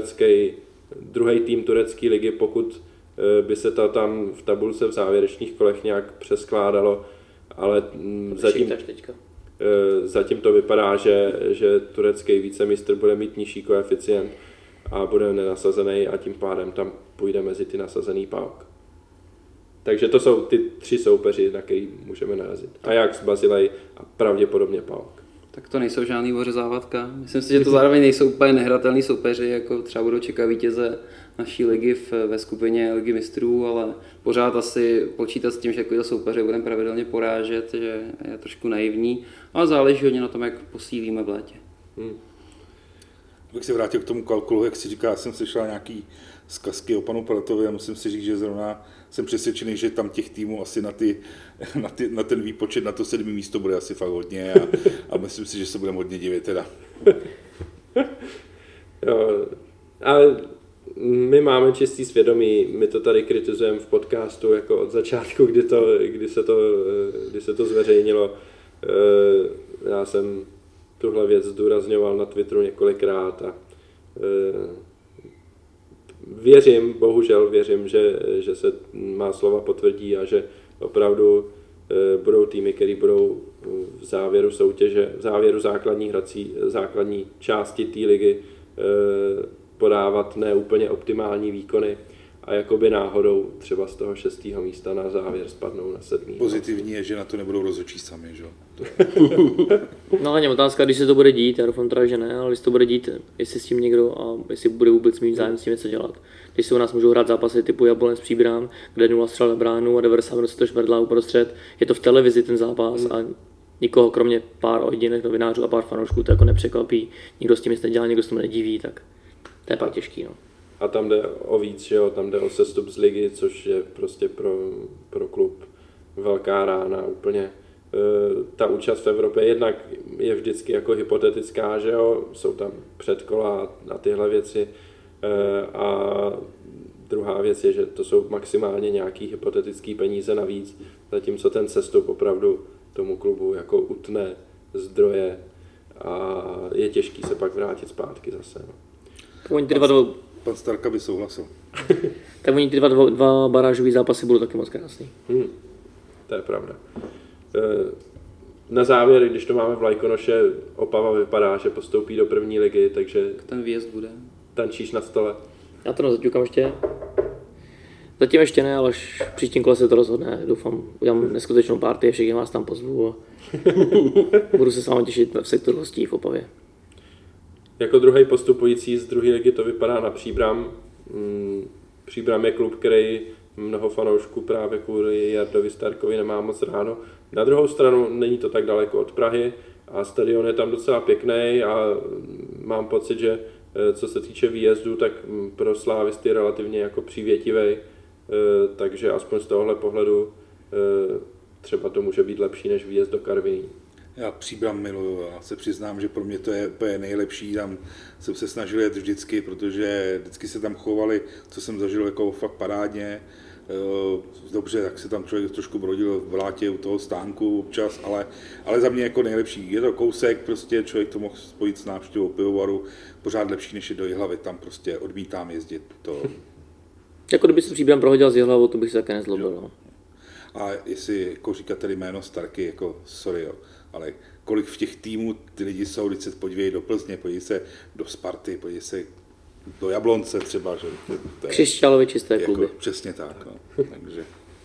druhý tým turecké ligy, pokud by se to tam v tabulce v závěrečných kolech nějak přeskládalo, ale zatím to vypadá, že turecký vícemistr bude mít nižší koeficient a bude nenasazený a tím pádem tam půjde mezi ty nasazený PAOK. Takže to jsou ty 3 soupeři, na který můžeme narazit. Ajax, Bazilej a pravděpodobně PAOK. Tak to nejsou žádný vořezávatka. Myslím si, že to zároveň nejsou úplně nehratelný soupeři, jako třeba budou čekat vítěze naší ligy ve skupině Ligy mistrů, ale pořád asi počítat s tím, že jako soupeře budeme pravidelně porážet, že je trošku naivní, ale záleží hodně na tom, jak posílíme v létě. Bych se vrátil k tomu kalkulu, jak si říká, já jsem slyšel nějaký zkazky o panu Peletovi a musím si říct, že zrovna jsem přesvědčený, že tam těch týmů asi na ten výpočet, na to 7. místo bude asi fakt hodně a myslím si, že se budeme hodně divit teda. Jo, ale my máme čistý svědomí, my to tady kritizujeme v podcastu jako od začátku, kdy se to zveřejnilo. Já jsem tuhle věc zdůrazňoval na Twitteru několikrát a bohužel věřím, že se má slova potvrdí a že opravdu budou týmy, které budou v závěru soutěže, v závěru základní části té ligy podávat neúplně optimální výkony a jakoby náhodou třeba z toho 6. místa na závěr spadnou na 7. Pozitivní je, že na to nebudou rozhodčí sami, že? No a otázka, když se to bude dít, já doufám teda, že ne, ale když to bude dít, jestli s tím někdo a jestli bude vůbec mít zájem s tím něco dělat. Když se u nás můžou hrát zápasy typu Jablonec Příbram, kde 0 střel na bránu a 90 minut se to švrdlá uprostřed, je to v televizi ten zápas a nikoho kromě pár ojedinek novinářů a pár fanoušků to jako nepřekvapí, nikdo s tím nic nedělá, nikdo s tím nediví, tak to je pak těžký. No. A tam jde o víc, že jo? Tam jde o sestup z ligy, což je prostě pro klub velká rána úplně. Ta účast v Evropě jednak je vždycky jako hypotetická, že jo, jsou tam předkola a tyhle věci. A druhá věc je, že to jsou maximálně nějaký hypotetický peníze navíc, zatímco ten sestup opravdu tomu klubu jako utne zdroje a je těžký se pak vrátit zpátky zase. No. Pan Starka by souhlasil. Tak oni ty dva barážové zápasy budou taky moc krásný. To je pravda. Na závěr, když to máme v Lajkonoše, Opava vypadá, že postoupí do první ligy, takže Ten výjezd bude. tančíš na stole. Já to nezaťukám ještě. Zatím ještě ne, ale až v příštím kole se to rozhodne. Doufám, udělám neskutečnou party, všechny vás tam pozvu a budu se s vámi těšit v sektoru hostí v Opavě. Jako druhý postupující z druhé ligy to vypadá na Příbram. Příbram je klub, který mnoho fanoušků právě kvůli Jardovi Starkovi nemá moc ráno. Na druhou stranu není to tak daleko od Prahy a stadion je tam docela pěkný a mám pocit, že co se týče výjezdu, tak pro slávisty relativně jako přívětivý, takže aspoň z tohohle pohledu třeba to může být lepší než výjezd do Karviní. Já Příbram miluju, já se přiznám, že pro mě to je úplně nejlepší, tam jsem se snažil jet vždycky, protože vždycky se tam chovali, co jsem zažil jako fakt parádně, dobře, tak se tam člověk trošku brodil v blátě u toho stánku občas, ale za mě jako nejlepší, je to kousek, prostě člověk to mohl spojit s návštěvou pivovaru, pořád lepší než je do Jihlavy, tam prostě odmítám jezdit. To... Jako kdyby se Příbram prohodil z Jihlavou, to bych se také nezlobil. No. A jestli jako říkat tady jméno Starky, jako sorry, jo, ale kolik v těch týmů ty lidi jsou, když se podívají do Plzně, podívají se do Sparty, podívají se do Jablonce třeba, že to je Křišťálově čisté jako, kluby. přesně tak, no. Takže.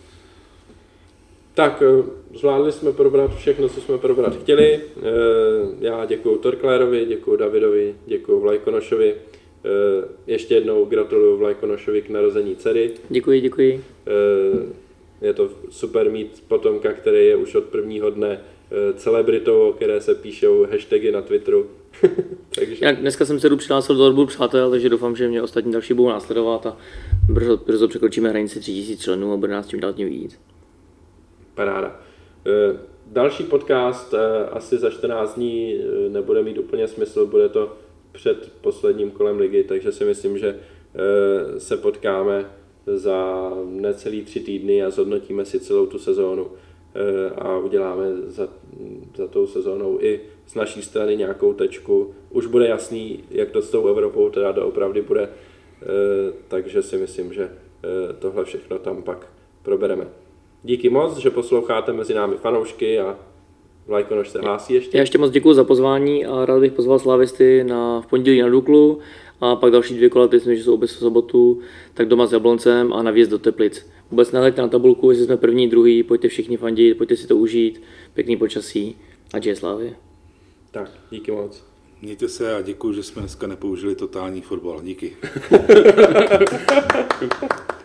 Tak, zvládli jsme probrat všechno, co jsme probrat chtěli. Já děkuju Torklérovi, děkuju Davidovi, děkuju Vlajkonošovi. Ještě jednou gratuluju Vlajkonošovi k narození dcery. Děkuji. Je to super mít potomka, který je už od prvního dne celebritou, o které se píšou hashtagy na Twitteru. Takže... Já dneska jsem se přihlásil do odboru přátel, takže doufám, že mě ostatní další budou následovat a brzo překročíme hranici 3000 členů a bude nás tím dál tím víc. Paráda. Další podcast asi za 14 dní nebude mít úplně smysl, bude to před posledním kolem ligy, takže si myslím, že se potkáme za necelý 3 týdny a zhodnotíme si celou tu sezónu a uděláme za tou sezónou i z naší strany nějakou tečku. Už bude jasný, jak to s tou Evropou teda doopravdy bude, takže si myslím, že tohle všechno tam pak probereme. Díky moc, že posloucháte Mezi námi fanoušky a Vlajkonoš se hlásí ještě. Já ještě moc děkuji za pozvání a rád bych pozval slávisty v pondělí na Duklu a pak další 2 kola, že jsou obě v sobotu, tak doma s Jabloncem a na výjezd do Teplic. Vůbec nehleďte na tabulku, jestli jsme první, druhý, pojďte všichni fandit, pojďte si to užít, pěkný počasí a J Slávy. Tak, díky moc. Mějte se a děkuji, že jsme dneska nepoužili totální fotbal. Díky.